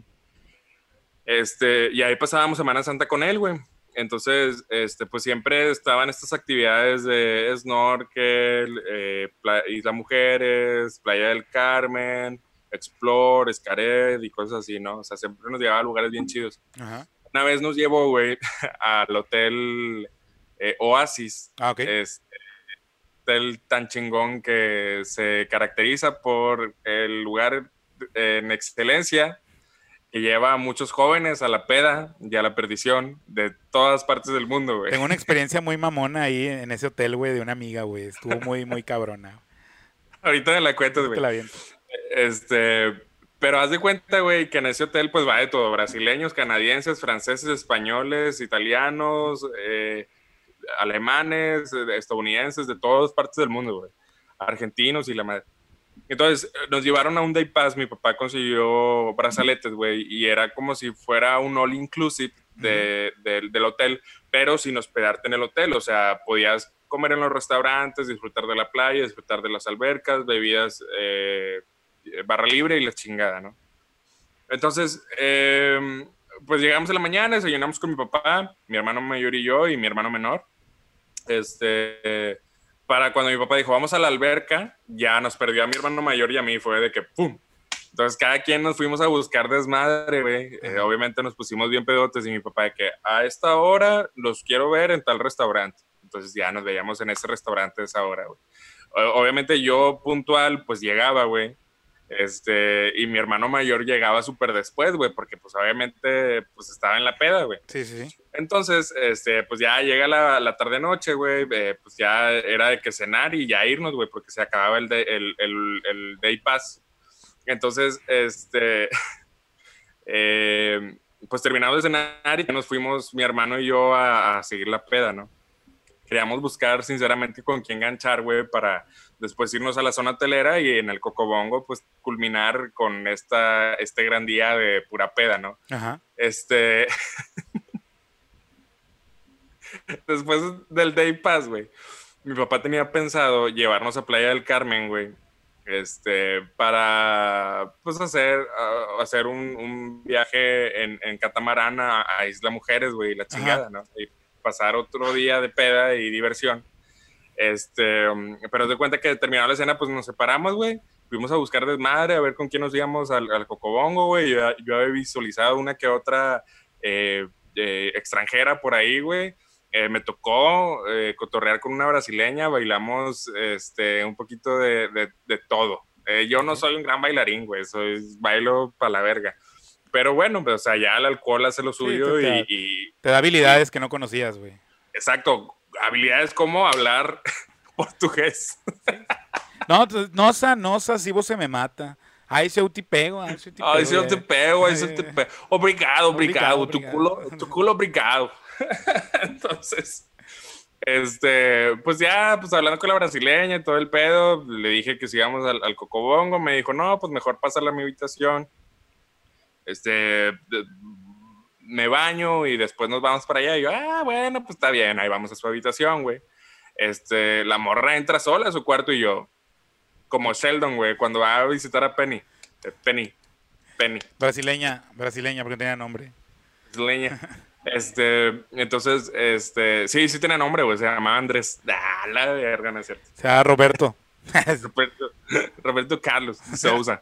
Este, y ahí pasábamos Semana Santa con él, güey. Entonces, este, pues siempre estaban estas actividades de snorkel, eh, Isla Mujeres, Playa del Carmen, Explore, Xcaret y cosas así, ¿no? O sea, siempre nos llevaba a lugares bien chidos. Ajá. Una vez nos llevó, güey, al hotel eh, Oasis. Ah, ok. Este hotel tan chingón que se caracteriza por el lugar en excelencia que lleva a muchos jóvenes a la peda y a la perdición de todas partes del mundo, güey. Tengo una experiencia muy mamona ahí en ese hotel, güey, de una amiga, güey. Estuvo muy, muy cabrona. Ahorita me la cuento, güey. Te la viento. Este, pero haz de cuenta, güey, que en ese hotel pues va de todo. Brasileños, canadienses, franceses, españoles, italianos, eh, alemanes, estadounidenses, de todas partes del mundo, güey. Argentinos y la madre. Entonces, nos llevaron a un day pass, mi papá consiguió brazaletes, güey, y era como si fuera un all inclusive de, uh-huh. de, del hotel, pero sin hospedarte en el hotel, o sea, podías comer en los restaurantes, disfrutar de la playa, disfrutar de las albercas, bebidas, eh, barra libre y la chingada, ¿no? Entonces, eh, pues llegamos en la mañana, desayunamos con mi papá, mi hermano mayor y yo, y mi hermano menor, este... para cuando mi papá dijo, vamos a la alberca, ya nos perdió a mi hermano mayor y a mí, fue de que ¡pum! Entonces cada quien nos fuimos a buscar desmadre, güey. Eh, obviamente nos pusimos bien pedotes y mi papá de que a esta hora los quiero ver en tal restaurante. Entonces ya nos veíamos en ese restaurante a esa hora, güey. Obviamente yo puntual, pues llegaba, güey. Este, y mi hermano mayor llegaba súper después, güey, porque pues obviamente pues estaba en la peda, güey. Sí, sí, sí. Entonces, este, pues ya llega la, la tarde-noche, güey, eh, pues ya era de que cenar y ya irnos, güey, porque se acababa el, de, el, el, el day pass. Entonces, este, eh, pues terminamos de cenar y ya nos fuimos mi hermano y yo a, a seguir la peda, ¿no? Queríamos buscar sinceramente con quién ganchar, güey, para después irnos a la zona hotelera y en el Cocobongo, pues culminar con esta, este gran día de pura peda, ¿no? Ajá. Este... Después del Day Pass, güey, mi papá tenía pensado llevarnos a Playa del Carmen, güey, este, para, pues, hacer, uh, hacer un, un viaje en, en catamarán a, a Isla Mujeres, güey, la chingada, ¿no? Y pasar otro día de peda y diversión. Este, um, pero de cuenta que terminó la cena, pues nos separamos, güey. Fuimos a buscar desmadre, a ver con quién nos íbamos al, al Cocobongo, güey. Yo, yo había visualizado una que otra eh, eh, extranjera por ahí, güey. Eh, me tocó eh, cotorrear con una brasileña, bailamos este, un poquito de, de, de todo. Eh, yo no soy un gran bailarín, güey, soy bailo para la verga. Pero bueno, pues, o sea, ya el alcohol hace lo suyo. Sí, te, te, y, y... Te da habilidades y, que no conocías, güey. Exacto, habilidades como hablar portugués. No, nossa, nossa, si você me mata. Ai, se eu te pego, ai, se eu te pego. Ai, se eu te pego, ai, se eu te pego. Obrigado, obrigado, obrigado, tu culo, tu culo, obrigado. Entonces, este, pues ya, pues hablando con la brasileña y todo el pedo, le dije que sigamos al, al Cocobongo, me dijo, no, pues mejor pásala a mi habitación, este, me baño y después nos vamos para allá, y yo, ah, bueno, pues está bien, ahí vamos a su habitación, güey, este, la morra entra sola a su cuarto y yo, como Sheldon, güey, cuando va a visitar a Penny, Penny, Penny. Brasileña, brasileña, porque tenía nombre. Brasileña. Este, entonces, este, sí, sí tiene nombre, güey, se llama Andrés. Ah, la verga, no es cierto. O sea, Roberto. Roberto, Roberto Carlos Sousa.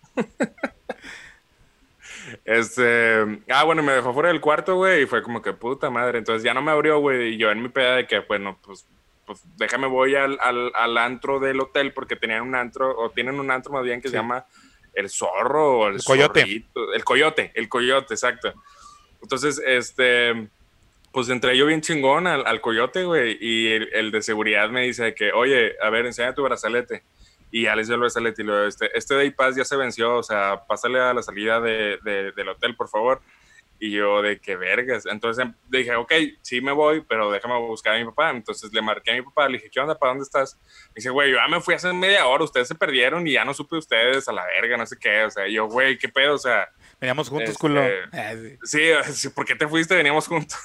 Este, ah, bueno, me dejó fuera del cuarto, güey, y fue como que puta madre. Entonces ya no me abrió, güey, y yo en mi peda de que, bueno, pues, pues déjame voy al, al, al antro del hotel, porque tenían un antro, o tienen un antro más bien que Sí. se llama El Zorro, o El, El Coyote. Zorrito, El Coyote, El Coyote, exacto. Entonces, este, pues entré yo bien chingón al, al Coyote, güey, y el, el de seguridad me dice que, oye, a ver, enseña tu brazalete. Y ya le hice el brazalete y lo, este, este Day Pass ya se venció, o sea, pásale a la salida de, de, del hotel, por favor. Y yo, de qué vergas. Entonces dije, ok, sí me voy, pero déjame buscar a mi papá. Entonces le marqué a mi papá, le dije, ¿qué onda? ¿Para dónde estás? Me dice, güey, yo ya me fui hace media hora, ustedes se perdieron y ya no supe ustedes a la verga, no sé qué. O sea, yo, güey, ¿qué pedo? O sea, Veníamos juntos, este, culo. Ah, sí. sí, sí, ¿por qué te fuiste? Veníamos juntos.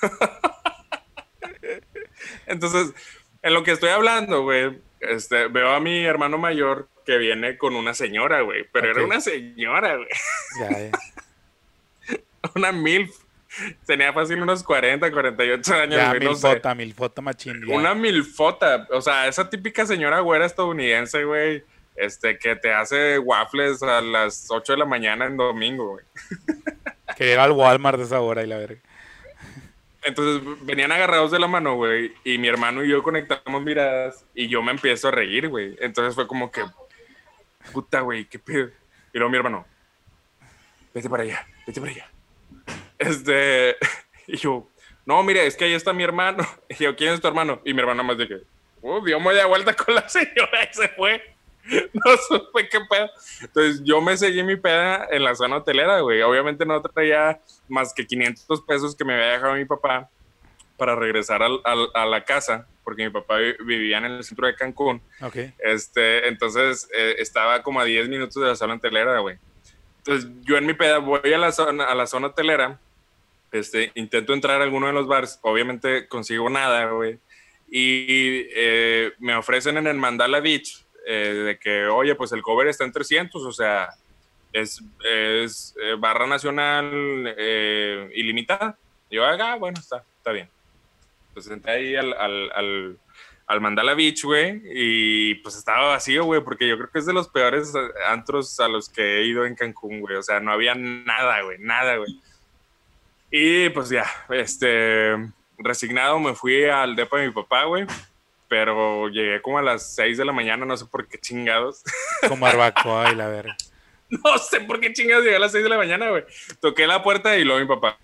Entonces, en lo que estoy hablando, güey, este, veo a mi hermano mayor que viene con una señora, güey, pero Ok. era una señora, güey, Ya, ya. una milf. Tenía fácil unos cuarenta, cuarenta y ocho años, Ya, güey, no sé. milfota, milfota machín. Ya. Una milfota, o sea, esa típica señora güera estadounidense, güey, este, que te hace waffles a las ocho de la mañana en domingo, güey. Quería ir al Walmart de esa hora y la verga. Entonces venían agarrados de la mano, güey, y mi hermano y yo conectamos miradas y yo me empiezo a reír, güey. Entonces fue como que, puta, güey, qué pedo. Y luego mi hermano, vete para allá, vete para allá. Este, y yo, no, mire, es que ahí está mi hermano. Y yo, ¿quién es tu hermano? Y mi hermano más de que, oh, dio media vuelta con la señora y se fue. No supe qué pedo. Entonces yo me seguí mi peda en la zona hotelera, güey. Obviamente no traía más que quinientos pesos que me había dejado mi papá para regresar al, al, a la casa, porque mi papá vivía en el centro de Cancún. Ok. Este, entonces eh, estaba como a diez minutos de la zona hotelera, güey. Entonces yo en mi peda voy a la zona, a la zona hotelera, este, intento entrar a alguno de los bares, obviamente consigo nada, güey. Y eh, me ofrecen en el Mandala Beach eh, de que, oye, pues el cover está en trescientos, o sea, es, es eh, barra nacional eh, ilimitada. Y yo, ah, bueno, está, está bien. Pues entré ahí al, al, al, al Mandala Beach, güey, y pues estaba vacío, güey, porque yo creo que es de los peores antros a los que he ido en Cancún, güey. O sea, no había nada, güey, nada, güey. Y pues ya, este, resignado me fui al depa de mi papá, güey. Pero llegué como a las seis de la mañana, no sé por qué chingados. Con barbacoa y la verga. No sé por qué chingados llegué a las seis de la mañana, güey. Toqué la puerta y luego mi papá.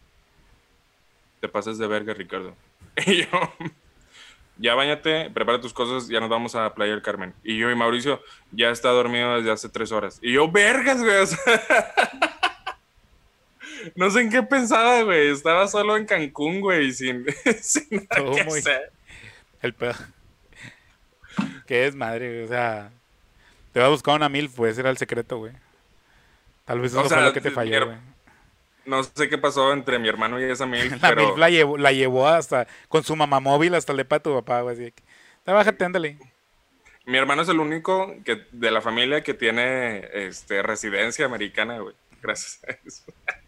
Te pasas de verga, Ricardo. Y yo, ya bañate, prepara tus cosas, ya nos vamos a Playa del Carmen. Y yo y Mauricio, ya está dormido desde hace tres horas. Y yo, vergas, güey. O sea, no sé en qué pensaba, güey. Estaba solo en Cancún, güey, sin, sin nada Todo que muy- hacer. El pedo. ¿Qué es madre, güey? O sea, te vas a buscar una milf, pues ese era el secreto, güey. Tal vez eso O sea, fue lo que te mi falló, her- güey. no sé qué pasó entre mi hermano y esa mil, La pero milf la llevó, la llevó hasta, con su mamá móvil hasta el depa de tu papá, güey. Así de que, "Ya, bájate, ándale. mi hermano es el único que, de la familia que tiene este, residencia americana, güey. Gracias a eso.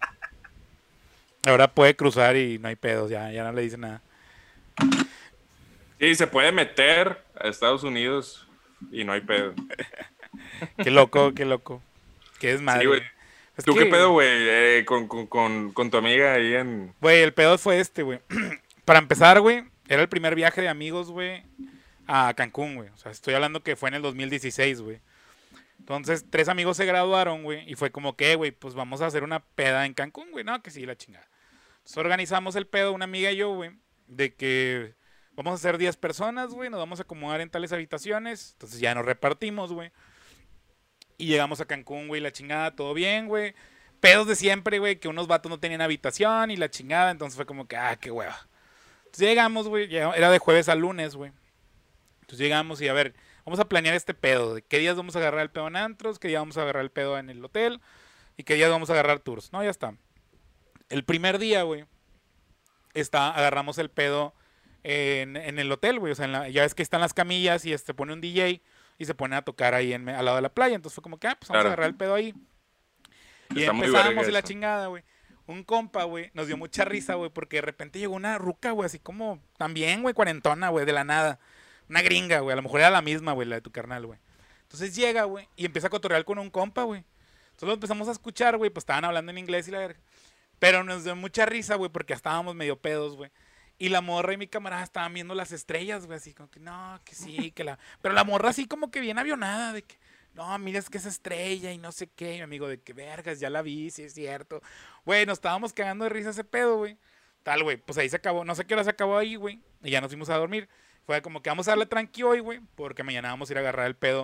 Ahora puede cruzar y no hay pedos, ya, ya no le dice nada. Sí, se puede meter a Estados Unidos y no hay pedo. Qué loco, qué loco. Qué Sí, desmadre. güey. Es ¿Tú que, qué pedo, güey? Eh, con, con, con, con tu amiga ahí en... güey, el pedo fue este, güey. Para empezar, güey, era el primer viaje de amigos, güey, a Cancún, güey. O sea, estoy hablando que fue en el dos mil dieciséis, güey. Entonces, tres amigos se graduaron, güey, y fue como que, güey, pues vamos a hacer una peda en Cancún, güey. No, que sí, la chingada. Entonces organizamos el pedo, una amiga y yo, güey, de que vamos a ser diez personas, güey, nos vamos a acomodar en tales habitaciones. Entonces ya nos repartimos, güey. Y llegamos a Cancún, güey, la chingada, todo bien, güey. Pedos de siempre, güey, que unos vatos no tenían habitación y la chingada. Entonces fue como que, ah, qué hueva. Entonces llegamos, güey, llegamos- era de jueves a lunes, güey. Entonces llegamos y a ver, vamos a planear este pedo. De qué días vamos a agarrar el pedo en antros, qué día vamos a agarrar el pedo en el hotel y qué días vamos a agarrar tours. No, ya está. El primer día, güey, está, agarramos el pedo en, en el hotel, güey. O sea, en la- ya ves que están las camillas y este pone un D J y se pone a tocar ahí en, me- al lado de la playa. Entonces fue como que, ah, pues vamos a Claro. agarrar el pedo ahí. Y Está muy empezamos verga y la eso. chingada, güey. un compa, güey, nos dio mucha risa, güey, porque de repente llegó una ruca, güey, así como también, güey, cuarentona, güey, de la nada. Una gringa, güey, a lo mejor era la misma, güey, la de tu carnal, güey. Entonces llega, güey, y empieza a cotorrear con un compa, güey. Entonces lo empezamos a escuchar, güey, pues estaban hablando en inglés y la verga. Pero nos dio mucha risa, güey, porque ya estábamos medio pedos, güey. Y la morra y mi camarada estaban viendo las estrellas, güey, así como que no, que sí, que la... Pero la morra así como que bien avionada, de que, no, mira, es que es estrella y no sé qué. Y mi amigo, de que vergas, ya la vi, sí es cierto. Güey, nos estábamos cagando de risa ese pedo, güey. Tal, güey, pues ahí se acabó, no sé qué hora se acabó ahí, güey. Y ya nos fuimos a dormir. Fue como que vamos a darle tranqui hoy, güey, porque mañana vamos a ir a agarrar el pedo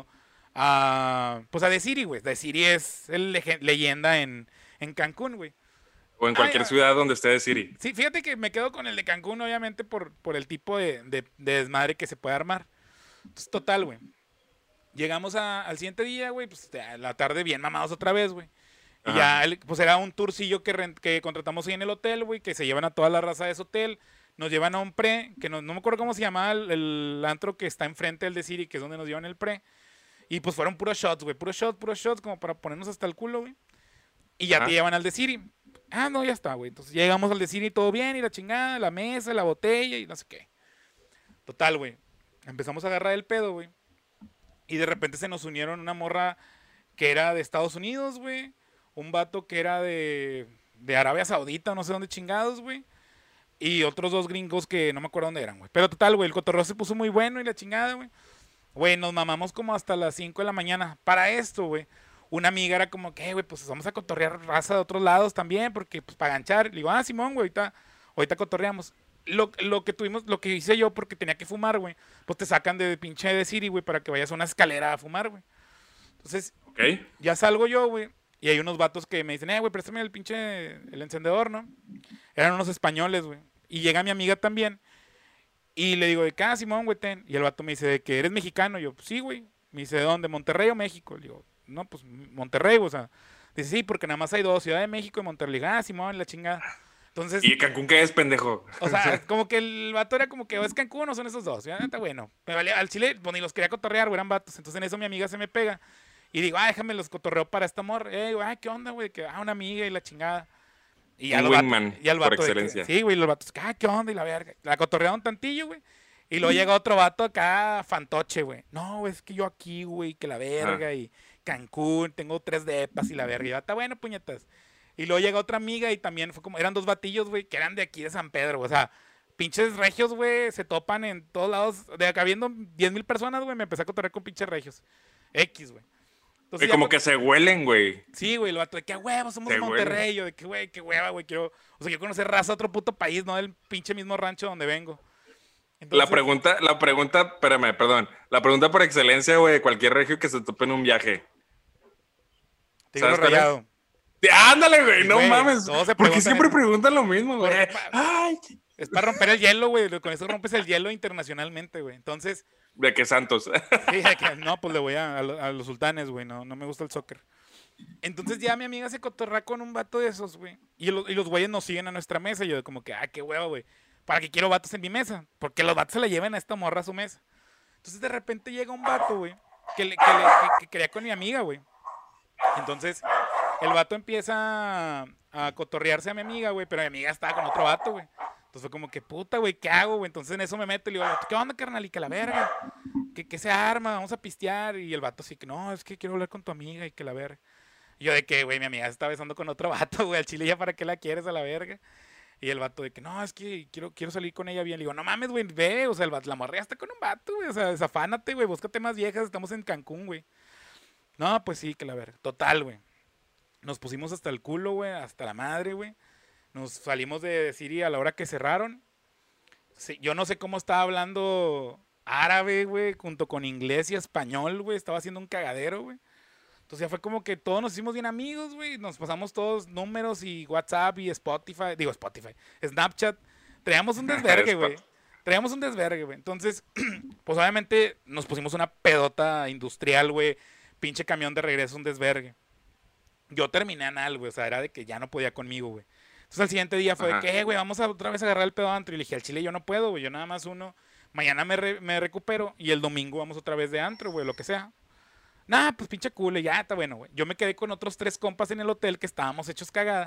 a, pues a The City, güey. The City es el lege- leyenda en, en Cancún, güey. O en Ay, cualquier ah, ciudad donde esté de Siri. sí, fíjate que me quedo con el de Cancún, obviamente, por, por el tipo de, de, de desmadre que se puede armar. Entonces, total, güey. Llegamos a- al siguiente día, güey, pues a la tarde bien mamados otra vez, güey. Y Ajá. ya, el- pues era un tourcillo que, rent- que contratamos ahí en el hotel, güey, que se llevan a toda la raza de ese hotel. Nos llevan a un pre, que no, no me acuerdo cómo se llamaba el, el antro que está enfrente del de City, que es donde nos llevan el pre. Y pues fueron puros shots, güey, puros shots, puros shots, como para ponernos hasta el culo, güey. Y ya te Ajá. llevan al de City. Ah, no, ya está, güey. Entonces llegamos al de City todo bien, y la chingada, la mesa, la botella y no sé qué. Total, güey. Empezamos a agarrar el pedo, güey. Y de repente se nos unieron una morra que era de Estados Unidos, güey. Un vato que era de, de Arabia Saudita, no sé dónde chingados, güey. Y otros dos gringos que no me acuerdo dónde eran, güey. Pero total, güey, el cotorreo se puso muy bueno y la chingada, güey. Güey, nos mamamos como hasta las cinco de la mañana. Para esto, güey. Una amiga era como que, "Eh, güey, pues vamos a cotorrear raza de otros lados también, porque pues para ganchar. Le digo, ah, Simón, güey, ahorita, ahorita cotorreamos. Lo, lo que tuvimos, lo que hice yo porque tenía que fumar, güey, pues te sacan de pinche de Siri, güey, para que vayas a una escalera a fumar, güey. Entonces, Ok. ya salgo yo, güey, y hay unos vatos que me dicen, eh, güey, préstame el pinche, el encendedor, ¿no? Eran unos españoles, güey. Y llega mi amiga también, y le digo, de qué, ah, Simón, güey, ten. Y el vato me dice, de que eres mexicano. Y yo, pues sí, güey. Me dice, ¿de dónde? ¿Monterrey o México? Le digo, no, pues Monterrey, o sea. Dice, sí, porque nada más hay dos, Ciudad de México y Monterrey. Le digo, ah, Simón, la chingada. Entonces, ¿Y Cancún qué es, pendejo? o sea, como que el vato era como que, o es Cancún o son esos dos. Ya está bueno. Me valía, al chile, pues ni los quería cotorrear, güey, eran vatos. Entonces en eso mi amiga se me pega. Y digo, ah, déjame los cotorreo para esta morra. Eh, güey, ah, ¿qué onda, güey? Que, ah, una amiga y la chingada. Y ya Un los vatos, wingman, ya el por vato de que- excelencia. sí, güey, los vatos, ah, ¿qué onda? Y la verga. La cotorrearon tantillo, güey. Y luego llega otro vato acá, fantoche, güey. No, güey, es que yo aquí, güey, que la verga. Ajá. Y Cancún, tengo tres depas y la verga. Y yo, está bueno, puñetas. Y luego llega otra amiga y también fue como, eran dos batillos, güey, que eran de aquí de San Pedro, güey. O sea, pinches regios, güey, se topan en todos lados. De acá viendo diez mil personas, güey, me empecé a cotorrear con pinches regios. X, güey. Y Entonces ya como fue- que se huelen, güey. sí, güey, el vato de que a huevo, somos de Se huele. Monterrey. Yo de que, güey, qué hueva, güey, quiero. O sea, quiero conocer raza de otro puto país, no del pinche mismo rancho donde vengo. La Entonces, pregunta, la pregunta, espérame, perdón. La pregunta por excelencia, güey, de cualquier regio que se tope en un viaje. te digo ¿sabes cuál es? rayado. Sí, ándale, güey, no Güey, mames. todos se ¿Por qué preguntan siempre eso. preguntan lo mismo, güey? Porque pa- Ay, Es para romper el hielo, güey. Con eso rompes el hielo internacionalmente, güey. Entonces, de que Santos. sí, de que, no, pues le voy a, a, lo- a los sultanes, güey. No, no me gusta el soccer. Entonces ya mi amiga se cotorra con un vato de esos, güey. Y, lo- y los güeyes nos siguen a nuestra mesa. Y yo como que, ah, qué huevo, güey. ¿Para qué quiero vatos en mi mesa? Porque los vatos se la lleven a esta morra a su mesa. Entonces de repente llega un vato, güey, que, le- que, le- que- que quería con mi amiga, güey. Entonces el vato empieza a, a cotorrearse a mi amiga, güey, pero mi amiga estaba con otro vato, güey. Entonces fue como que, puta, güey, ¿qué hago, güey? Entonces en eso me meto y le digo, ¿qué onda, carnal? Y que la verga, que, que se arma, vamos a pistear. Y el vato así que, no, es que quiero hablar con tu amiga y que la verga. Y yo de que, güey, mi amiga se está besando con otro vato, güey, al chile ya para qué la quieres a la verga. Y el vato de que, no, es que quiero, quiero salir con ella bien. Le digo, no mames, güey, ve, o sea, el vato, la morra ya está con un vato, güey, o sea, desafánate, güey, búscate más viejas, estamos en Cancún, güey. No, pues sí, que la verga, total, güey. Nos pusimos hasta el culo, güey, hasta la madre, güey. Nos salimos de Siri a la hora que cerraron. Sí, yo no sé cómo estaba hablando árabe, güey, junto con inglés y español, güey. Estaba haciendo un cagadero, güey. Entonces ya fue como que todos nos hicimos bien amigos, güey. Nos pasamos todos números y WhatsApp y Spotify. Digo, Spotify. Snapchat. Traíamos un desvergue, güey. Traíamos un desvergue, güey. Entonces, pues obviamente nos pusimos una pedota industrial, güey. Pinche camión de regreso, un desvergue. Yo terminé anal, güey. O sea, era de que ya no podía conmigo, güey. Entonces al siguiente día fue Ajá. de que, eh, güey, vamos a otra vez a agarrar el pedo antro. Y le dije, al chile yo no puedo, güey. Yo nada más uno. Mañana me, re- me recupero y el domingo vamos otra vez de antro, güey, lo que sea. Nah, pues pinche culo, ya está bueno, güey. Yo me quedé con otros tres compas en el hotel que estábamos hechos cagada.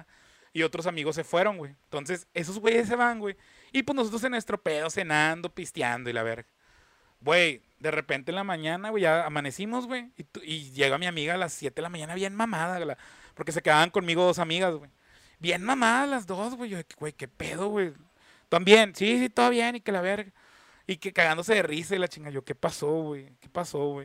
y otros amigos se fueron, güey. Entonces, esos güeyes se van, güey. Y pues nosotros en nuestro pedo, cenando, pisteando y la verga. Güey, de repente en la mañana, güey, ya amanecimos, güey. Y, tu- y llega mi amiga a las siete de la mañana bien mamada, la- porque se quedaban conmigo dos amigas, güey. Bien mamadas las dos, güey. Yo, de que, güey, qué pedo, güey. También, sí, sí, todo bien, y que la verga. Y que cagándose de risa y la chinga. Yo, ¿qué pasó, güey? ¿Qué pasó, güey?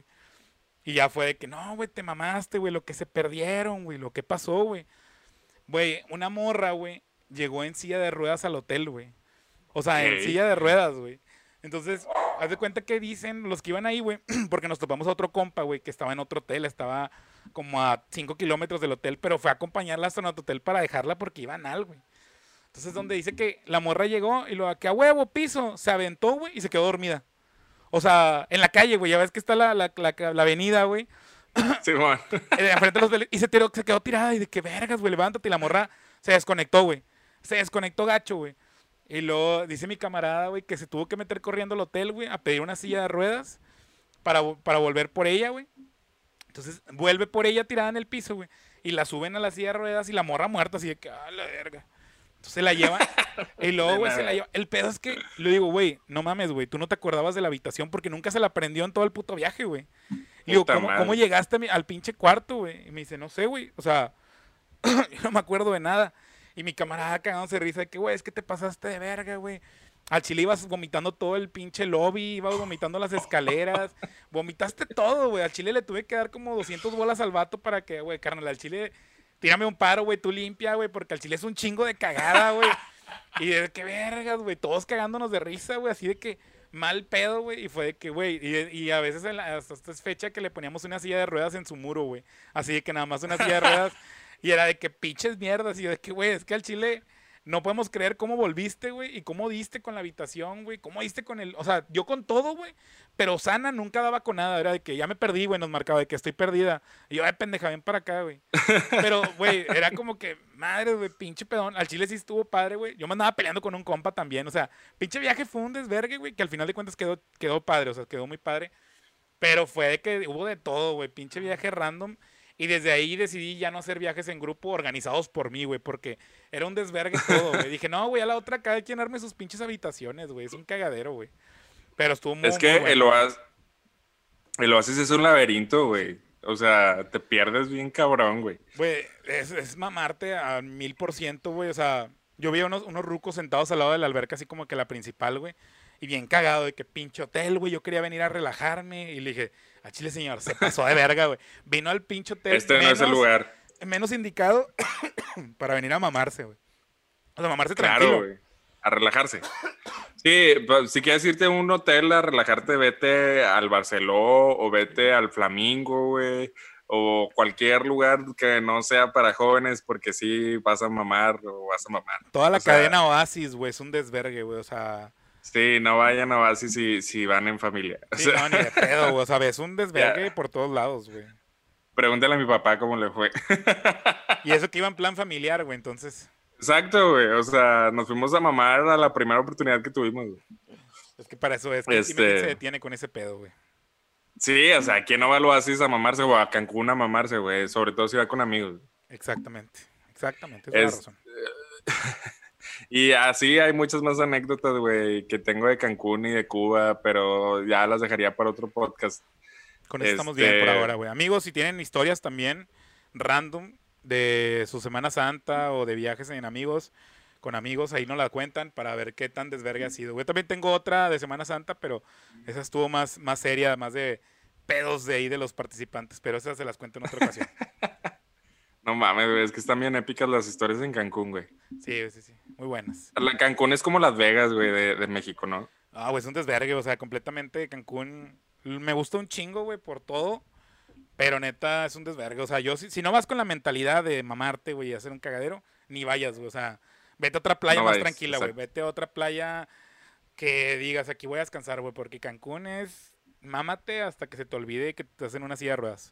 Y ya fue de que, no, güey, te mamaste, güey, lo que se perdieron, güey, lo que pasó, güey. Güey, una morra, güey, llegó en silla de ruedas al hotel, güey. O sea, en Ok. silla de ruedas, güey. Entonces, haz de cuenta que dicen los que iban ahí, güey, porque nos topamos a otro compa, güey, que estaba en otro hotel, estaba como a cinco kilómetros del hotel, pero fue a acompañarla hasta nuestro hotel para dejarla porque iban al, güey. Entonces, donde dice que la morra llegó y lo que a huevo, piso, se aventó, güey, y se quedó dormida. O sea, en la calle, güey, ya ves que está la, la, la, la avenida, güey, Simón. eh, enfrente de los hoteles, y se, tiró, se quedó tirada y de que vergas, güey, levántate. Y la morra se desconectó, güey. Se desconectó gacho, güey. Y luego dice mi camarada, güey, que se tuvo que meter corriendo al hotel, güey, a pedir una silla de ruedas para, vo- para volver por ella, güey. Entonces vuelve por ella tirada en el piso, güey. Y la suben a la silla de ruedas y la morra muerta, así de que, ah, la verga. Entonces la llevan. Y luego, De güey, se la nada. lleva. El pedo es que, le digo, güey, no mames, güey, tú no te acordabas de la habitación porque nunca se la prendió en todo el puto viaje, güey. Le digo, Puta ¿cómo, cómo madre. llegaste a mi- al pinche cuarto, güey? Y me dice, no sé, güey. O sea, yo no me acuerdo de nada. Y mi camarada cagándose de risa de que, güey, es que te pasaste de verga, güey. Al chile ibas vomitando todo el pinche lobby, ibas vomitando las escaleras, vomitaste todo, güey. Al chile le tuve que dar como doscientas bolas al vato para que, güey, carnal, al chile, tírame un paro, güey, tú limpia, güey, porque al chile es un chingo de cagada, güey. Y de que vergas, güey, todos cagándonos de risa, güey, así de que mal pedo, güey. Y fue de que, güey, y, y a veces en la- hasta esta fecha que le poníamos una silla de ruedas en su muro, güey. Así de que nada más una silla de ruedas. Y era de que pinches mierdas. Y yo de que, güey, es que al chile no podemos creer cómo volviste, güey. Y cómo diste con la habitación, güey. Cómo diste con el. O sea, yo con todo, güey. Pero Sana nunca daba con nada. Era de que ya me perdí, güey. Nos marcaba de que estoy perdida. Y yo, ay, pendeja, ven para acá, güey. Pero, güey, era como que, madre, güey, pinche pedón. Al chile sí estuvo padre, güey. Yo me andaba peleando con un compa también. O sea, pinche viaje fue un desvergue, güey. Que al final de cuentas quedó, quedó padre. O sea, quedó muy padre. Pero fue de que hubo de todo, güey. Pinche viaje random. Y desde ahí decidí ya no hacer viajes en grupo organizados por mí, güey. Porque era un desvergue todo, güey. Dije, no, güey, a la otra cada quien arme sus pinches habitaciones, güey. Es un cagadero, güey. Pero estuvo Es muy, muy que el bueno, güey. oasis, el oasis es un laberinto, güey. O sea, te pierdes bien cabrón, güey. Güey, es, es mamarte a mil por ciento, güey. O sea, yo vi unos, unos rucos sentados al lado de la alberca, así como que la principal, güey. Y bien cagado de que pinche hotel, güey. Yo quería venir a relajarme. Y le dije, a Chile, señor, se pasó de verga, güey. Vino al pinche hotel Este no es el menos, lugar. menos indicado para venir a mamarse, güey. O sea, mamarse Claro, tranquilo. güey. A relajarse. Sí, pues, si quieres irte a un hotel a relajarte, vete al Barceló o vete al Flamingo, güey. O cualquier lugar que no sea para jóvenes, porque sí vas a mamar o vas a mamar. Toda la O sea, cadena Oasis, güey, es un desvergue, güey. O sea, sí, no vayan a Oasis si, si van en familia. O sí, sea, no, ni de pedo, güey. O sea, es un ya, desvergue por todos lados, güey. pregúntale a mi papá cómo le fue. Y eso que iba en plan familiar, güey. Entonces, Exacto, güey. O sea, nos fuimos a mamar a la primera oportunidad que tuvimos, güey. es que para eso es. ¿Quién, dime quién se Este, detiene con ese pedo, güey? sí, o sea, ¿quién no va al Oasis a mamarse o a Cancún a mamarse, güey? Sobre todo si va con amigos. Exactamente, exactamente, es la Es, razón. y así hay muchas más anécdotas, güey, que tengo de Cancún y de Cuba, pero ya las dejaría para otro podcast. Con eso estamos bien por Este, ahora, güey. Amigos, si tienen historias también random de su Semana Santa o de viajes en amigos, con amigos, ahí nos la cuentan para ver qué tan desvergue ha sido. Güey, también tengo otra de Semana Santa, pero esa estuvo más, más seria, más de pedos de ahí de los participantes, pero esas se las cuento en otra ocasión. no mames, güey, es que están bien épicas las historias en Cancún, güey. Sí, sí, sí, muy buenas. La Cancún es como Las Vegas, güey, de, de México, ¿no? Ah, güey, es un desvergue, o sea, completamente Cancún. Me gusta un chingo, güey, por todo. Pero neta, es un desvergue. O sea, yo, si, si no vas con la mentalidad de mamarte, güey, y hacer un cagadero, ni vayas, güey. O sea, vete a otra playa No más vayas, tranquila, güey. exacto. Vete a otra playa que digas, aquí voy a descansar, güey, porque Cancún es mámate hasta que se te olvide que te hacen una silla de ruedas.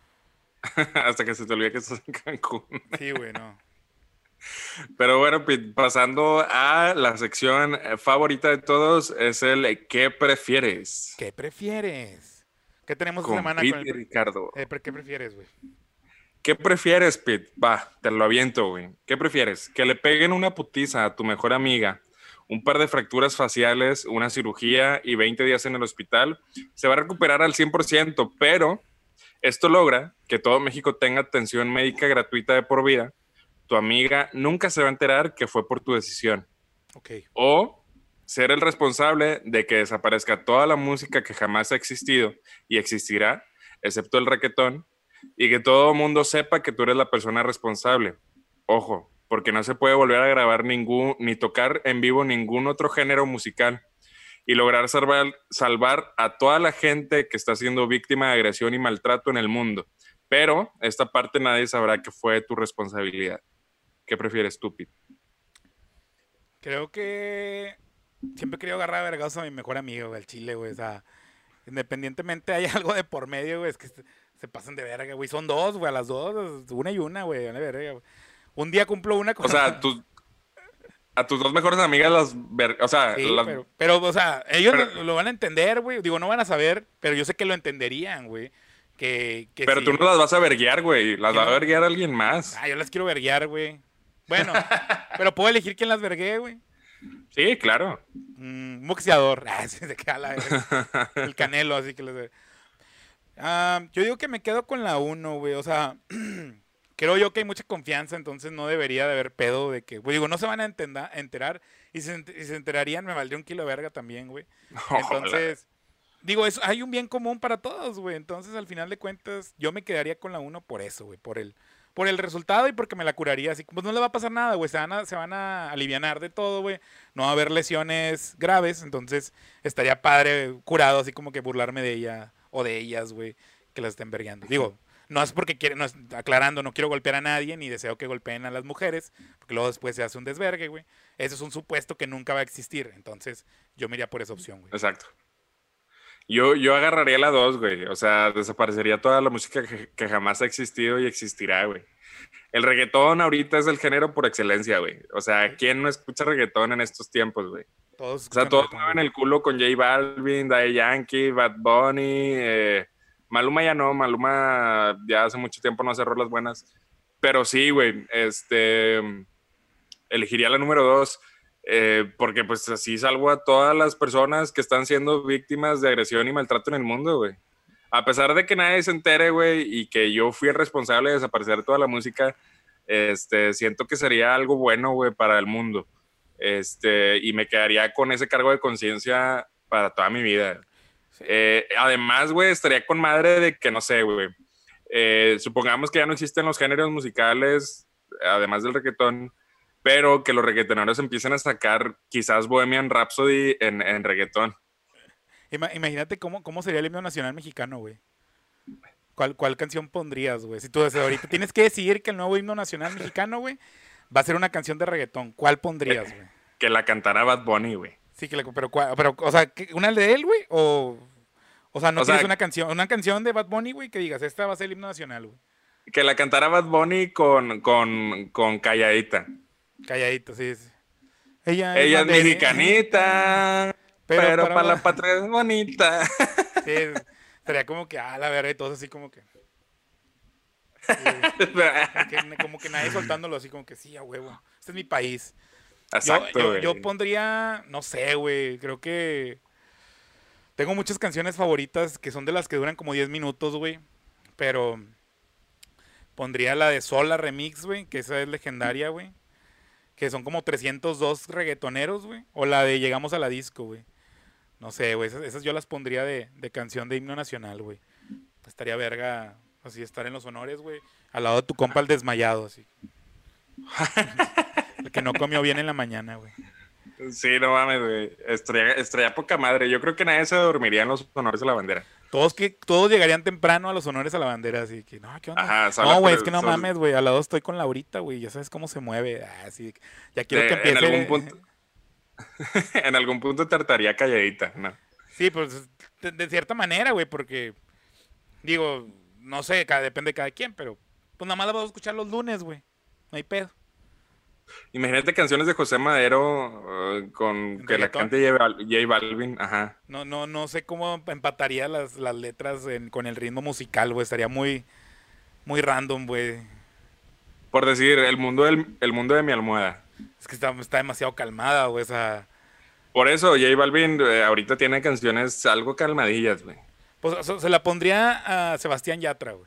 Hasta que se te olvide que estás en Cancún. Sí, güey, no. Pero bueno, Pete, pasando a la sección eh, favorita de todos, es el eh, ¿qué prefieres? ¿Qué prefieres? ¿Qué tenemos esta Con semana con el... Pete y pre- Ricardo. eh, pre- ¿Qué prefieres, güey? ¿Qué prefieres, Pete? Va, te lo aviento, güey. ¿Qué prefieres? ¿Que le peguen una putiza a tu mejor amiga, un par de fracturas faciales, una cirugía y veinte días en el hospital? Se va a recuperar al cien por ciento, pero esto logra que todo México tenga atención médica gratuita de por vida. Tu amiga nunca se va a enterar que fue por tu decisión. Ok. O ser el responsable de que desaparezca toda la música que jamás ha existido y existirá, excepto el reggaetón, y que todo el mundo sepa que tú eres la persona responsable. Ojo, porque no se puede volver a grabar ningún, ni tocar en vivo ningún otro género musical y lograr salvar, salvar a toda la gente que está siendo víctima de agresión y maltrato en el mundo. Pero esta parte nadie sabrá que fue tu responsabilidad. ¿Qué prefieres tú, Pete? Creo que siempre he querido agarrar a vergados a mi mejor amigo, güey, al chile, güey. O sea, independientemente hay algo de por medio, güey, es que se, se pasan de verga, güey. Son dos, güey, a las dos, una y una, güey, vale verga, güey. Un día cumplo una con... O sea, tus, a tus dos mejores amigas las... Ver, o sea, Sí, las, pero, pero, o sea, ellos pero, lo, lo van a entender, güey. Digo, no van a saber, pero yo sé que lo entenderían, güey. Que, que pero sí. tú no las vas a verguiar, güey. Las ¿Que va no? a verguiar alguien más. Ah, yo las quiero verguear, güey. Bueno, pero puedo elegir quién las vergué, güey. Sí, claro. Mm, un boxeador. Ah, sí, se queda la verga. El Canelo, así que les... Ah, yo digo que me quedo con la uno, güey. O sea, creo yo que hay mucha confianza, entonces no debería de haber pedo de que, güey, digo, no se van a entenda- enterar. Y si se, ent- si se enterarían, me valdría un kilo de verga también, güey. Entonces, digo, es, hay un bien común para todos, güey. Entonces, al final de cuentas, yo me quedaría con la uno por eso, güey. Por el, por el resultado y porque me la curaría. Así pues no le va a pasar nada, güey. Se van a, se van a alivianar de todo, güey. No va a haber lesiones graves. Entonces, estaría padre curado, así como que burlarme de ella o de ellas, güey, que las estén vergueando. Digo, no es porque quiere, no es, aclarando, no quiero golpear a nadie, ni deseo que golpeen a las mujeres, porque luego después se hace un desvergue, güey. Eso es un supuesto que nunca va a existir. Entonces, yo me iría por esa opción, güey. Exacto. Yo, yo agarraría la dos, güey. O sea, desaparecería toda la música que, que jamás ha existido y existirá, güey. El reggaetón ahorita es el género por excelencia, güey. O sea, ¿quién no escucha reggaetón en estos tiempos, güey? Todos O sea, escuchan todos reggaetón, mueven güey. el culo con J Balvin, Daddy Yankee, Bad Bunny, eh, Maluma ya no, Maluma ya hace mucho tiempo no hace rolas buenas. Pero sí, güey, este, elegiría la número dos, eh, porque pues así salvo a todas las personas que están siendo víctimas de agresión y maltrato en el mundo, güey. A pesar de que nadie se entere, güey, y que yo fui el responsable de desaparecer toda la música, este, siento que sería algo bueno, güey, para el mundo. Este, y me quedaría con ese cargo de conciencia para toda mi vida. Sí. Eh, además, güey, estaría con madre de que, no sé, güey, eh, supongamos que ya no existen los géneros musicales, además del reggaetón, pero que los reggaetoneros empiecen a sacar quizás Bohemian Rhapsody en, en reggaetón. Ima- imagínate cómo, cómo sería el himno nacional mexicano, güey. ¿Cuál, cuál canción pondrías, güey? Si tú desde ahorita tienes que decidir que el nuevo himno nacional mexicano, güey, va a ser una canción de reggaetón. ¿Cuál pondrías, güey? Que la cantara Bad Bunny, güey. Sí, que le, pero, ¿cuál- pero, o sea, ¿qué- ¿una de él, güey? O, o sea, no O tienes sea, una canción, una canción de Bad Bunny, güey, que digas, esta va a ser el himno nacional, güey. que la cantara Bad Bunny con, con, con Calladita. Calladito, sí, sí. Ella es Ella es banderita, mexicanita, pero pero para... para la patria es bonita. Sí, sería como que, ah, la verga, y todos así como que... Sí, como que, como que nadie soltándolo así como que, sí, a huevo, este es mi país. Yo, Exacto, yo, güey. yo pondría, no sé, güey, creo que tengo muchas canciones favoritas que son de las que duran como diez minutos, güey, pero pondría la de Sola Remix, güey, que esa es legendaria, güey, que son como trescientos dos reggaetoneros, güey, o la de Llegamos a la Disco, güey. No sé, güey, esas, esas yo las pondría de, de canción de himno nacional, güey. Estaría verga así estar en los honores, güey, al lado de tu compa el desmayado, así. El que no comió bien en la mañana, güey. Sí, no mames, güey. Estaría, estaría poca madre. Yo creo que nadie se dormiría en los honores de la bandera. Todos que todos llegarían temprano a los honores a la bandera, así que, no, ¿qué onda? Ajá, solo No, güey, por- es que no solo- mames, güey, al lado estoy con Laurita, güey, ya sabes cómo se mueve. Ah, sí, ya quiero de- que en empiece. algún punto, en algún punto te hartaría calladita, ¿no? Sí, pues de, de cierta manera, güey, porque digo, no sé, cada, depende de cada quien, pero pues nada más la vamos a escuchar los lunes, güey. No hay pedo. Imagínate canciones de José Madero eh, con ¿En que la reggaetón? cante J Bal- J Balvin, ajá. No, no, no sé cómo empataría las, las letras en- con el ritmo musical, güey. Estaría muy, muy random, güey. Por decir, el mundo, del, el mundo de mi almohada. Es que está, está demasiado calmada, güey, esa... Por eso J Balvin eh, ahorita tiene canciones algo calmadillas, güey. Pues se, se la pondría a Sebastián Yatra, güey.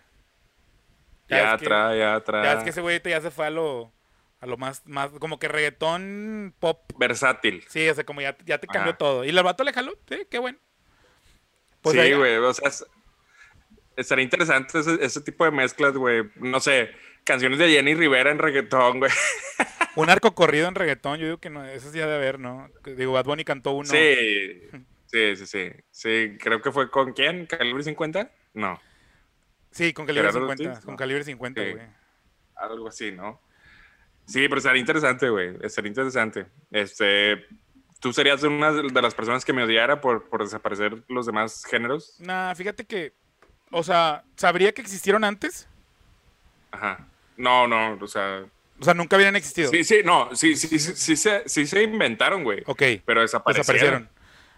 Yatra, Yatra. Ya es que ese güey ya se fue a lo, a lo más, más, como que reggaetón pop. Versátil. Sí, o sea, como ya, ya te cambió Ajá. todo. Y el vato le jaló, sí, qué bueno. Pues sí, ahí- güey, o sea, es- estaría interesante ese, ese tipo de mezclas, güey. No sé, canciones de Jenny Rivera en reggaetón, güey. un arco corrido en reggaetón, yo digo que no, eso sí ha de haber, ¿no? Digo, Bad Bunny cantó uno. Sí, sí, sí, sí. Sí, creo que fue con quién, ¿Calibre cincuenta? No, Sí, con calibre Gerardo cincuenta, Ortiz, con no. calibre cincuenta, Sí. güey. Algo así, ¿no? Sí, pero estaría interesante, güey. Estaría interesante. Este, ¿tú serías una de las personas que me odiara por, por desaparecer los demás géneros? Nah, fíjate que, o sea, ¿sabría que existieron antes? Ajá. No, no, o sea, O sea, nunca habían existido. sí, sí, no, sí, sí, sí, sí, se, sí se inventaron, güey. Ok. Pero desaparecieron. Desaparecieron.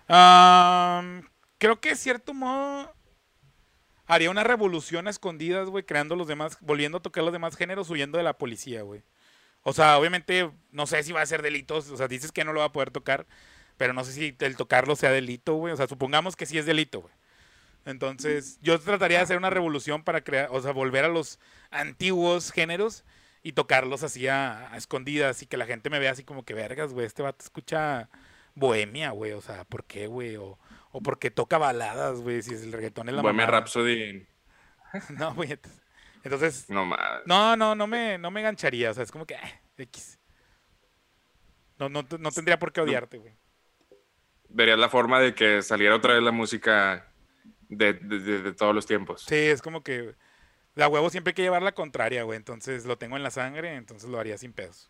Am, creo que de cierto modo haría una revolución a escondidas, güey, creando los demás, volviendo a tocar los demás géneros, huyendo de la policía, güey. O sea, obviamente, no sé si va a ser delitos, o sea, dices que no lo va a poder tocar, pero no sé si el tocarlo sea delito, güey. O sea, supongamos que sí es delito, güey. Entonces, yo trataría de hacer una revolución para crear, o sea, volver a los antiguos géneros y tocarlos así a, a escondidas y que la gente me vea así como que vergas, güey, este vato escucha bohemia, güey, o sea, ¿por qué, güey? O, o porque toca baladas, güey, si el reggaetón es la Bohemian mamada. Rhapsody. No, güey, entonces, entonces, No más. no, no, no me, no me engancharía, o sea, es como que, ah, X. No, no, no tendría por qué odiarte, güey. Verías la forma de que saliera otra vez la música de, de, de, de todos los tiempos. Sí, es como que la huevo siempre hay que llevar la contraria, güey, entonces lo tengo en la sangre, entonces lo haría sin pedos.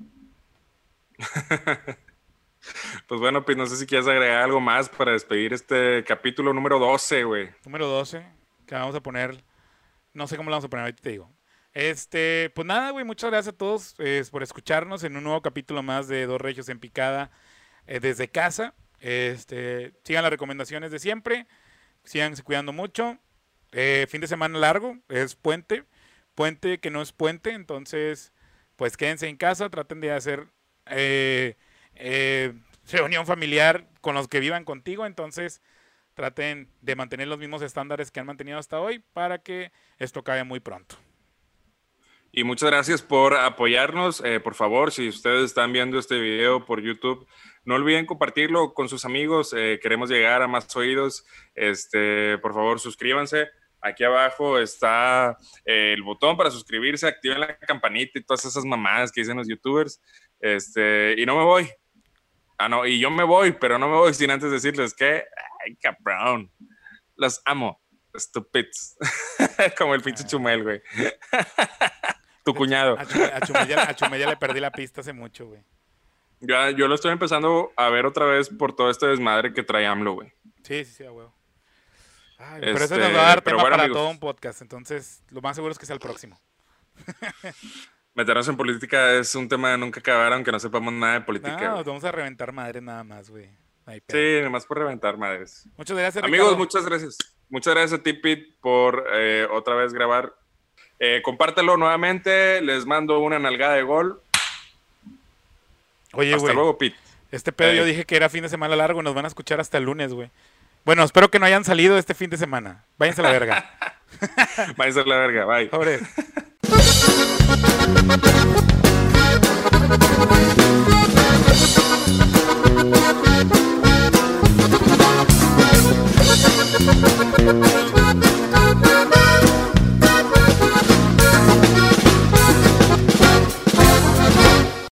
Pues bueno, pues no sé si quieres agregar algo más para despedir este capítulo número doce, güey. Número doce, que vamos a poner, no sé cómo lo vamos a poner, ahorita te digo. Este, pues nada, güey, muchas gracias a todos eh, por escucharnos en un nuevo capítulo más de Dos Regios en Picada eh, desde casa. Este, sigan las recomendaciones de siempre, síganse cuidando mucho. Eh, fin de semana largo, es puente, puente que no es puente, entonces, pues quédense en casa, traten de hacer eh, eh, reunión familiar con los que vivan contigo, entonces traten de mantener los mismos estándares que han mantenido hasta hoy para que esto acabe muy pronto. Y muchas gracias por apoyarnos. Eh, por favor, si ustedes están viendo este video por YouTube, no olviden compartirlo con sus amigos. Eh, queremos llegar a más oídos. Este, por favor, suscríbanse. Aquí abajo está eh, el botón para suscribirse. Activen la campanita y todas esas mamadas que dicen los youtubers. Este, y no me voy. Ah, no, y yo me voy, pero no me voy sin antes decirles que, ay, cabrón, los amo. Stupids. Como el pinche Chumel, güey. Tu cuñado. A Chumel, a Chumel ya, a Chumel ya le perdí la pista hace mucho, güey. Yo, yo lo estoy empezando a ver otra vez por todo este desmadre que trae AMLO, güey. Sí, sí, sí, a huevo. Ay, Este, pero eso nos va a dar pero tema bueno, para amigos, todo un podcast, entonces lo más seguro es que sea el próximo. meternos en política es un tema de nunca acabar, aunque no sepamos nada de política. No, güey. nos vamos a reventar madres nada más, güey. No hay pedo. Sí, nomás por reventar madres. Muchas gracias, Amigos, Ricardo. muchas gracias. Muchas gracias a ti, Pete, por eh, otra vez grabar. Eh, compártelo nuevamente. Les mando una nalgada de gol. Oye, Hasta güey, luego, Pete. este pedo Eh. yo dije que era fin de semana largo, nos van a escuchar hasta el lunes, güey. Bueno, espero que no hayan salido este fin de semana. Váyanse a la verga. Váyanse a la verga. Bye. Sobre.